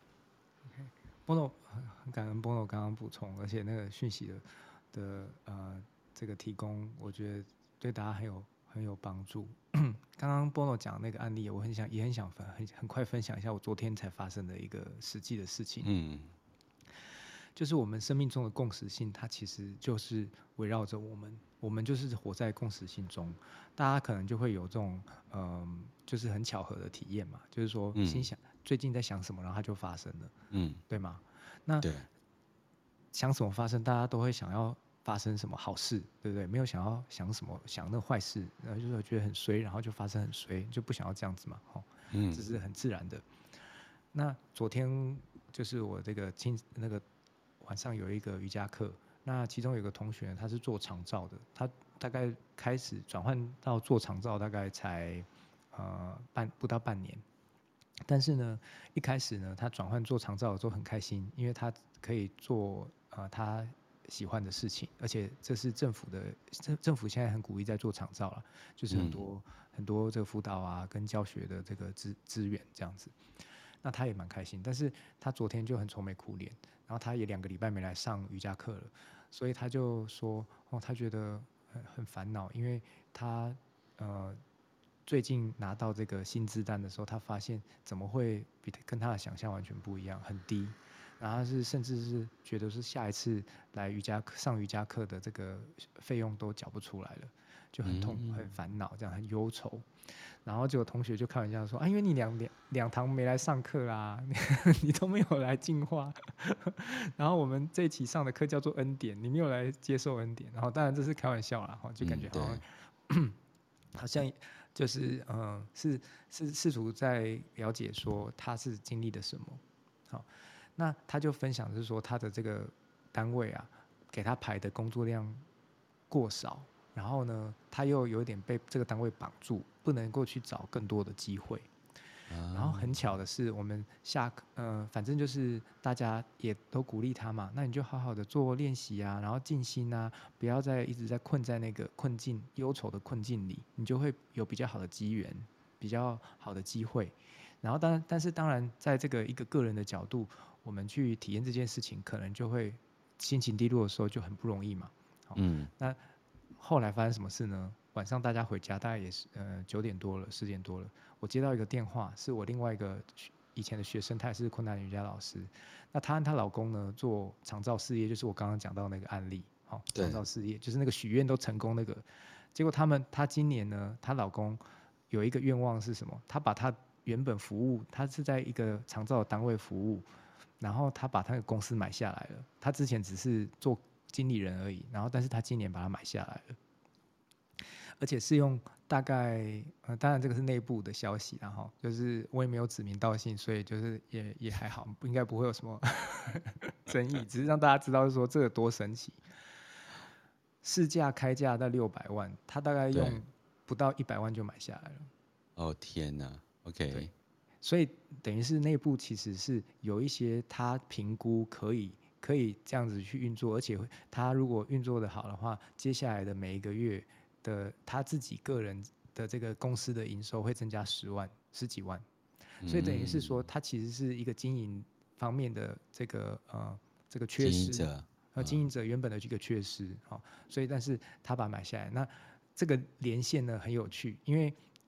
Bono 很感恩 Bono 刚刚补充，而且那个讯息的这个提供，我觉得对大家很有帮助。刚刚 Bono 讲那个案例，也很想很快分享一下我昨天才发生的一个实际的事情。就是我们生命中的共识性，它其实就是围绕着我们就是活在共识性中。大家可能就会有这种就是很巧合的体验嘛，就是说心想最近在想什么，然后它就发生了，对吗？那想什么发生，大家都会想要发生什么好事，对不对？没有想那个坏事，然后就是觉得很衰，然后就发生很衰，就不想要这样子嘛，这是很自然的。那昨天就是我这个那个晚上有一个瑜伽课，那其中有个同学他是做长照的，他大概开始转换到做长照大概才不到半年，但是呢一开始呢他转换做长照的时候很开心，因为他可以做他喜欢的事情，而且这是政府现在很鼓励在做长照了，就是很多这个辅导啊跟教学的这个资源这样子。那他也蛮开心，但是他昨天就很愁眉苦脸，然后他也2个礼拜没来上瑜伽课了，所以他就说他觉得很烦恼，因为他最近拿到这个薪资单的时候，他发现怎么会跟他的想象完全不一样，很低，然后甚至是觉得是下一次来上瑜伽课的这个费用都缴不出来了，就很痛很烦恼，这样很忧愁。然后结果同学就开玩笑说因为你两堂没来上课啦，你都没有来进化，然后我们这一期上的课叫做恩典，你没有来接受恩典，然后当然这是开玩笑啦，就感觉好像就是是试图在了解说他是经历了什么。好，那他就分享是说他的这个单位给他排的工作量过少，然后呢他又有点被这个单位绑住，不能够去找更多的机会。然后很巧的是，我们反正就是大家也都鼓励他嘛，那你就好好的做练习然后静心不要再一直在困在那个忧愁的困境里，你就会有比较好的机缘，比较好的机会。然后但是当然，在这个一个人的角度，我们去体验这件事情，可能就会心情低落的时候就很不容易嘛。那后来发生什么事呢？晚上大家回家，大概也是9点多了，10点多了。我接到一个电话，是我另外一个以前的学生，她也是昆达尼瑜伽老师。那她和她老公呢做长照事业，就是我刚刚讲到那个案例，长照事业就是那个许愿都成功那个。结果她今年呢，她老公有一个愿望是什么？他把他原本服务，他是在一个长照的单位服务，然后他把他的公司买下来了。他之前只是做经理人而已，然后但是他今年把它买下来了。而且是用大概当然这个是内部的消息就是我也没有指名道姓，所以就是也还好，应该不会有什么争议，只是让大家知道说这个多神奇。市价开价到600万，他大概用不到100万就买下来了。 天哪 ，OK。 对，所以等于是内部其实是有一些他评估可以这样子去运作，而且他如果运作的好的话，接下来的每一个月的他自己个人的这个公司的营收会增加10几万，所以等于是说他其实是一个经营方面的这个缺失，经营者原本的这个缺失，所以但是他把它买下来，那这个连线呢很有趣，因为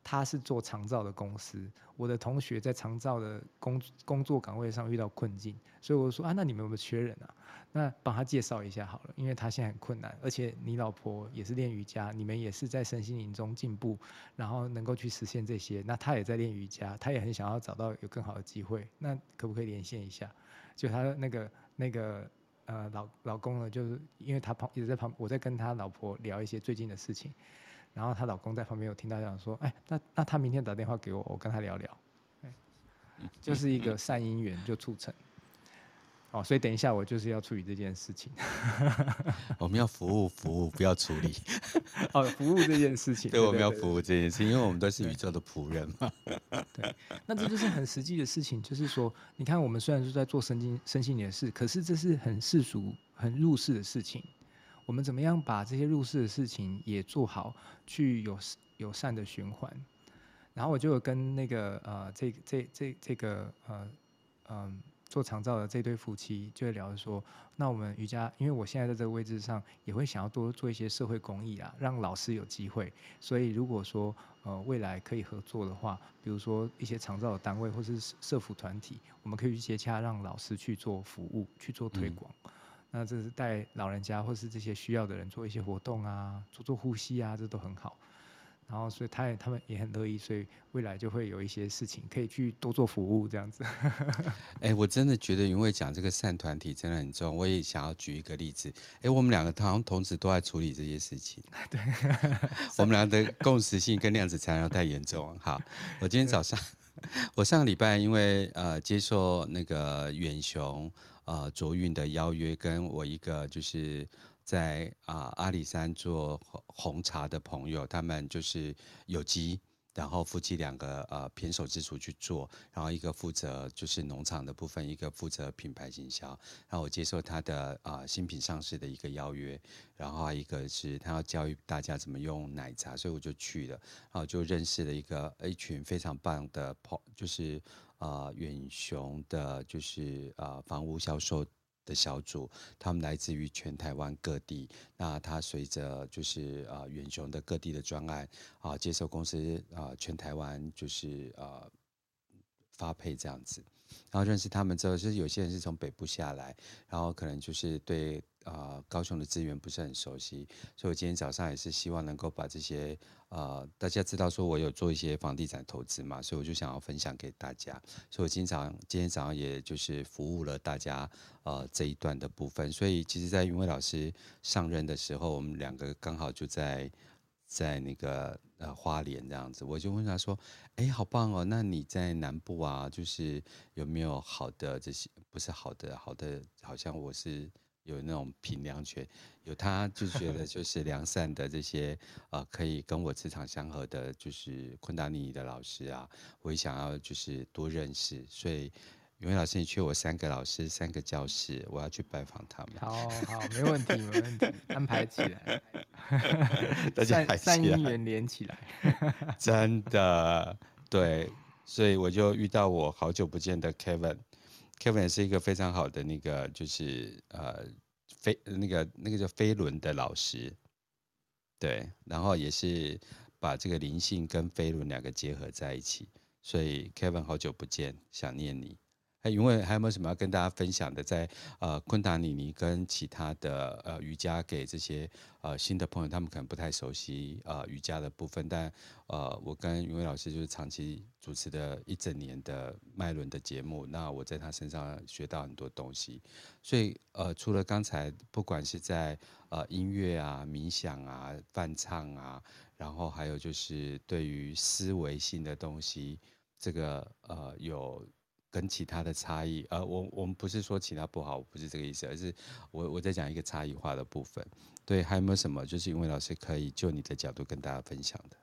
他是做长照的公司，我的同学在长照的工作岗位上遇到困境，所以我说啊，那你们有没有缺人啊？那帮他介绍一下好了，因为他现在很困难，而且你老婆也是练瑜伽，你们也是在身心灵中进步，然后能够去实现这些。那他也在练瑜伽，他也很想要找到有更好的机会，那可不可以连线一下？就他那个老公呢，就是因为他一直在我在跟他老婆聊一些最近的事情，然后她老公在旁边有听到讲说，哎，那他明天打电话给我，我跟他聊聊，就是一个善因缘就促成。哦，所以等一下我就是要处理这件事情。 我们要服务，不要处理。 哦，服务这件事情， 对， 对我们要对对对服务这件事，因为我们都是宇宙的仆人嘛。 对。那这就是很实际的事情，就是说，你看我们虽然是在做身心灵的事，可是这是很世俗、很入世的事情。我们怎么样把这些入世的事情也做好，去友善的循环？然后我就有跟那个这个做长照的这对夫妻就会聊说，那我们瑜伽，因为我现在在这个位置上，也会想要多做一些社会公益啊，让老师有机会。所以如果说未来可以合作的话，比如说一些长照的单位或是社福团体，我们可以去接洽，让老师去做服务，去做推广。那这是带老人家或是这些需要的人做一些活动啊，做呼吸啊，这都很好。然后所以他们也很乐意，所以未来就会有一些事情可以去多做服务这样子。 我真的觉得云慧讲这个善团体真的很重要。我也想要举一个例子。我们两个好像同时都在处理这些事情。 对， 我们俩的共识性跟量子缠绕太严重。好，我今天早上，我上个礼拜因为接受那个远雄卓运的邀约，跟我一个就是在阿里山做红茶的朋友，他们就是有机。然后夫妻两个偏手之处去做，然后一个负责就是农场的部分，一个负责品牌行销。然后我接受他的新品上市的一个邀约，然后一个是他要教育大家怎么用奶茶，所以我就去了，然后就认识了一群非常棒的就是远雄的，就是房屋销售的小组，他们来自于全台湾各地。那他随着就是远雄的各地的专案接受公司全台湾就是发配这样子。然后认识他们之后，就是有些人是从北部下来，然后可能就是对高雄的资源不是很熟悉，所以我今天早上也是希望能够把这些大家知道说我有做一些房地产投资嘛，所以我就想要分享给大家，所以我今天早上也就是服务了大家这一段的部分。所以其实，在云伟老师上任的时候，我们两个刚好就在那个花莲这样子，我就问他说：好棒哦，那你在南部啊，就是有没有好的这些？不是好的，好像我是有那种评量权，有他就觉得就是良善的这些可以跟我磁场相合的，就是昆达尼尼的老师啊，我也想要就是多认识，所以。云伟老师，你缺我3个老师，3个教室，我要去拜访他们。 好，没问题，没问题，安排起来， 大家还善起来。 因缘连起来。 真的，对，所以我就遇到我好久不见的 Kevin，Kevin 也是一个非常好的那个，就是那个叫飞轮的老师，对，然后也是把这个灵性跟飞轮两个结合在一起，所以 Kevin 好久不见，想念你。因为还有没有什么要跟大家分享的？在昆达里尼跟其他的瑜伽给这些新的朋友，他们可能不太熟悉瑜伽的部分，但我跟云伟老师就是长期主持的1整年的脉轮的节目，那我在他身上学到很多东西，所以除了刚才不管是在音乐啊、冥想啊、伴唱啊，然后还有就是对于思维性的东西，这个有跟其他的差异，我们不是说其他不好，不是这个意思，而是我在讲一个差异化的部分。对，还有没有什么就是云伟老师可以就你的角度跟大家分享的？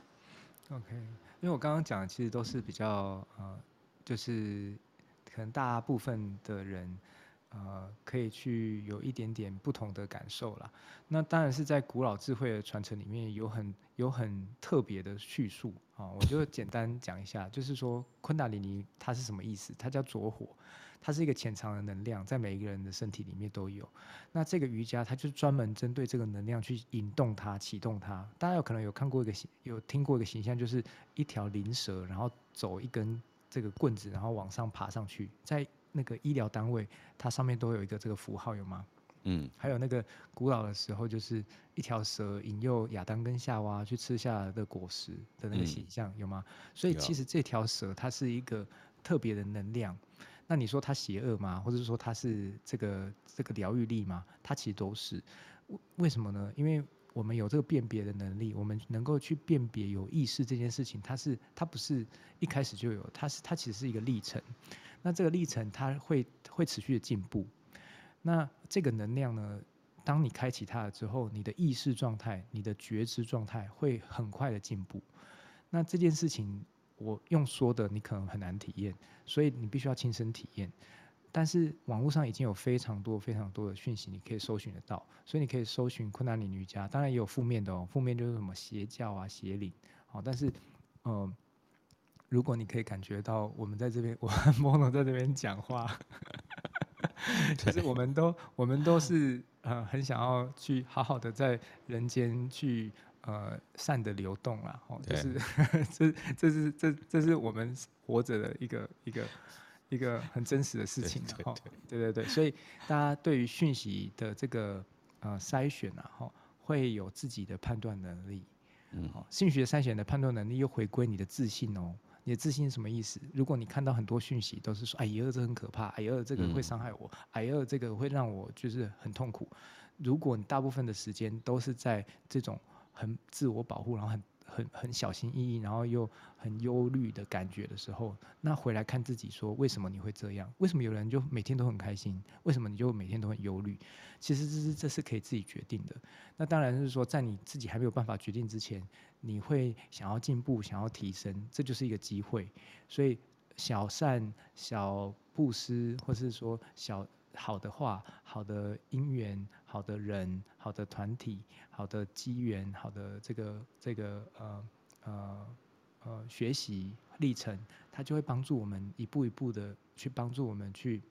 OK，因为我刚刚讲的其实都是比较就是可能大部分的人可以去有一点点不同的感受啦。那当然是在古老智慧的传承里面有很特别的叙述啊，我就简单讲一下，就是说昆达里尼它是什么意思？它叫着火，它是一个潜藏的能量，在每一个人的身体里面都有。那这个瑜伽它就是专门针对这个能量去引动它、启动它。大家有可能有看过有听过一个形象，就是一条灵蛇，然后走一根这个棍子，然后往上爬上去，在那个医疗单位，它上面都有一个这个符号，有吗？还有那个古老的时候，就是一条蛇引诱亚当跟夏娃去吃下的果实的那个形象，有吗？所以其实这条蛇它是一个特别的能量。那你说它邪恶吗？或者说它是这个疗愈力吗？它其实都是。为什么呢？因为我们有这个辨别的能力，我们能够去辨别有意识这件事情，它不是一开始就有，它其实是一个历程。那这个历程它会持续的进步。那这个能量呢，当你开启它了之后，你的意识状态、你的觉知状态会很快的进步。那这件事情我用说的，你可能很难体验，所以你必须要亲身体验。但是网络上已经有非常多非常多的讯息，你可以搜寻得到，所以你可以搜寻昆达里尼瑜伽，当然也有负面的哦，负面就是什么邪教啊、邪灵，好，但是，如果你可以感觉到我们在这边，我和波诺在这边讲话，就是我们都是很想要去好好的在人间去善的流动啦，哦，就是这是我们活着的一个很真实的事情啊，哈，对对对，所以大家对于讯息的这个筛选啊，哈，会有自己的判断能力，讯息的筛选的判断能力又回归你的自信哦。你的自信是什么意思？如果你看到很多讯息都是说，哎呀，这很可怕，哎呀，这个会伤害我，哎呀，这个会让我就是很痛苦。如果你大部分的时间都是在这种很自我保护，然后很小心翼翼，然后又很忧虑的感觉的时候，那回来看自己说，为什么你会这样？为什么有人就每天都很开心？为什么你就每天都很忧虑？其实这是可以自己决定的。那当然是说，在你自己还没有办法决定之前，你会想要进步，想要提升，这就是一个机会。所以小善、小布施，或是说小好的话、好的因缘、好的人、好的团体、好的机缘、好的学习历程，它就会帮助我们一步一步的去帮助我们去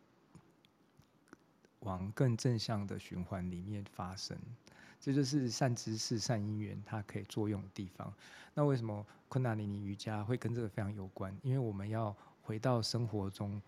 往更正向的循环里面发生。这就是善知识、善因缘它可以作用的地方。那为什么昆达里尼瑜伽会跟这个非常有关？因为我们要回到生活中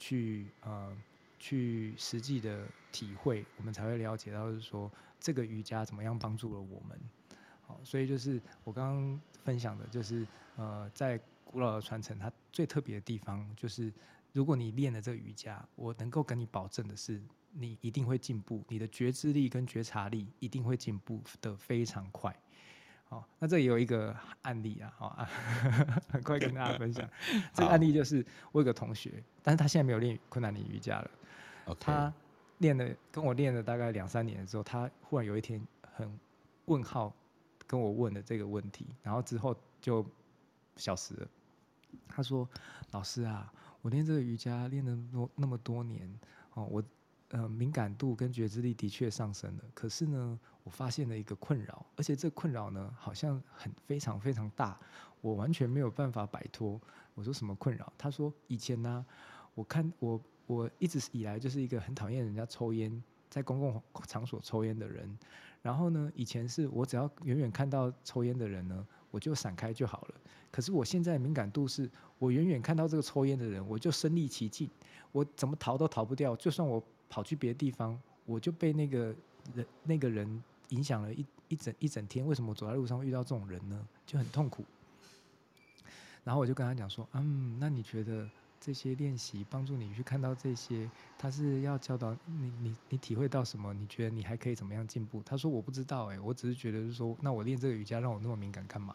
去实际的体会，我们才会了解到，是说这个瑜伽怎么样帮助了我们。好，所以就是我刚刚分享的，就是在古老的传承，它最特别的地方就是，如果你练了这个瑜伽，我能够跟你保证的是，你一定会进步，你的觉知力跟觉察力一定会进步的非常快。好，那这里有一个案例啊，好啊，很快跟大家分享。这个案例就是我有个同学，但是他现在没有练昆达里瑜伽了。他跟我练了大概2-3年之后，他忽然有一天很问号跟我问了这个问题，然后之后就消失了。他说：“老师啊，我练这个瑜伽练了那么多年，哦，我敏感度跟觉知力的确上升了，可是呢，我发现了一个困扰，而且这个困扰呢，好像非常非常大，我完全没有办法摆脱。”我说：“什么困扰？”他说：“以前呢，我一直以来就是一个很讨厌人家抽烟，在公共场所抽烟的人。然后呢，以前是我只要远远看到抽烟的人呢，我就闪开就好了。可是我现在的敏感度是，我远远看到这个抽烟的人，我就身临其境，我怎么逃都逃不掉。就算我跑去别的地方，我就被那个人影响了一整天。为什么我走在路上会遇到这种人呢？就很痛苦。”然后我就跟他讲说，那你觉得这些练习帮助你去看到这些，他是要教导你体会到什么？你觉得你还可以怎么样进步？他说我不知道我只是觉得是说，那我练这个瑜伽让我那么敏感干嘛？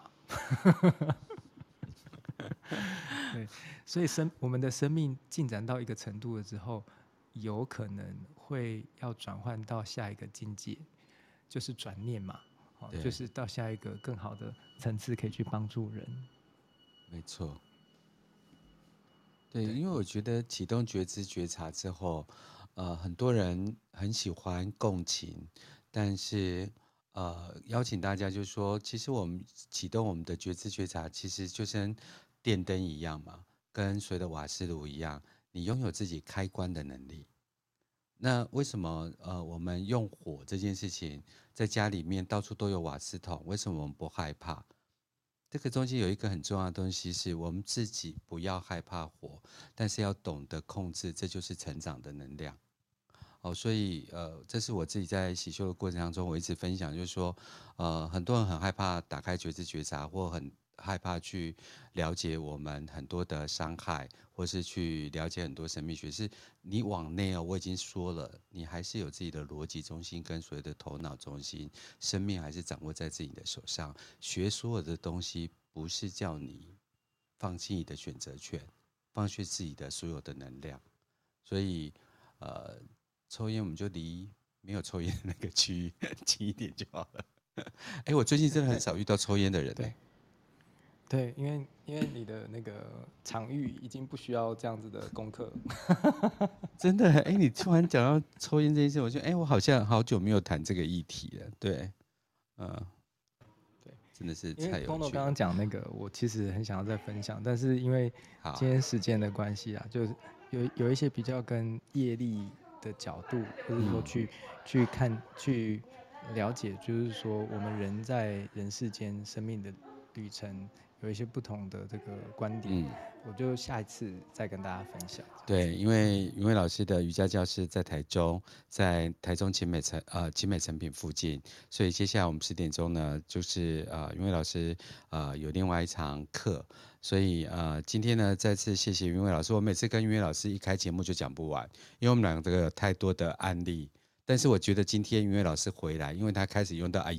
对，所以我们的生命进展到一个程度了之后，有可能会要转换到下一个境界，就是转念嘛，就是到下一个更好的层次，可以去帮助人。 没错。对，因为我觉得启动觉知觉察之后， 很多人很喜欢共情，但是邀请大家就是说，其实我们启动我们的觉知觉察，其实就跟电灯一样嘛，跟所谓的瓦斯炉一样，你拥有自己开关的能力。那为什么我们用火这件事情，在家里面到处都有瓦斯桶，为什么我们不害怕？这个东西有一个很重要的东西，是我们自己不要害怕火，但是要懂得控制，这就是成长的能量。所以这是我自己在洗修的过程当中，我一直分享，就是说，很多人很害怕打开觉知觉察，或很害怕去了解我们很多的伤害，或是去了解很多神秘学。是你往内我已经说了，你还是有自己的逻辑中心跟所谓的头脑中心，生命还是掌握在自己的手上。学所有的东西，不是叫你放弃你的选择权，放弃自己的所有的能量。所以，抽烟我们就离没有抽烟的那个区域近一点就好了。我最近真的很少遇到抽烟的人。 对，因为你的那个场域已经不需要这样子的功课。 真的，你突然讲到抽烟这件事，我觉得，我好像好久没有谈这个议题了。对，对，真的是太有趣了。 因为 Bono 刚刚讲那个，我其实很想要再分享，但是因为今天时间的关系啊，就是有一些比较跟业力的角度，或者说去看去了解，就是说我们人在人世间生命的旅程有一些不同的这个观点，我就下一次再跟大家分享。 对，因为云伟老师的瑜伽教室在台中，在台中勤美诚品附近，所以接下来我们10点钟呢，就是云伟老师有另外一场课，所以今天呢再次谢谢云伟老师。我每次跟云伟老师一开节目就讲不完，因为我们两个有太多的案例。但是我觉得今天云伟老师回来，因为他开始用到哎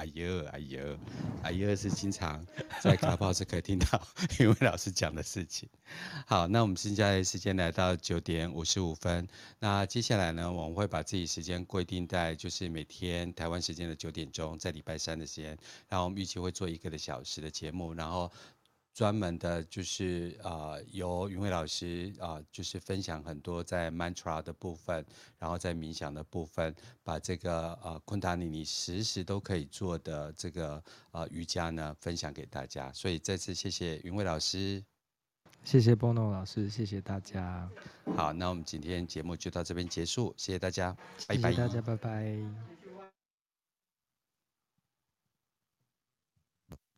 呀是经常在 Clubhouse 可以听到云伟老师讲的事情。好，那我们现在时间来到9点55分。那接下来呢，我们会把自己时间规定在就是每天台湾时间的9点钟，在礼拜3的时间，然后我们预期会做1个小时的节目，然后专门的就是由云伟老师就是分享很多在 mantra 的部分，然后在冥想的部分，把这个昆达尼尼时时都可以做的这个瑜伽呢分享给大家。所以再次谢谢云伟老师。 谢谢 Bono 老师，谢谢大家。 好，那我们今天节目就到这边结束，谢谢大家，拜拜。 谢谢大家，拜拜。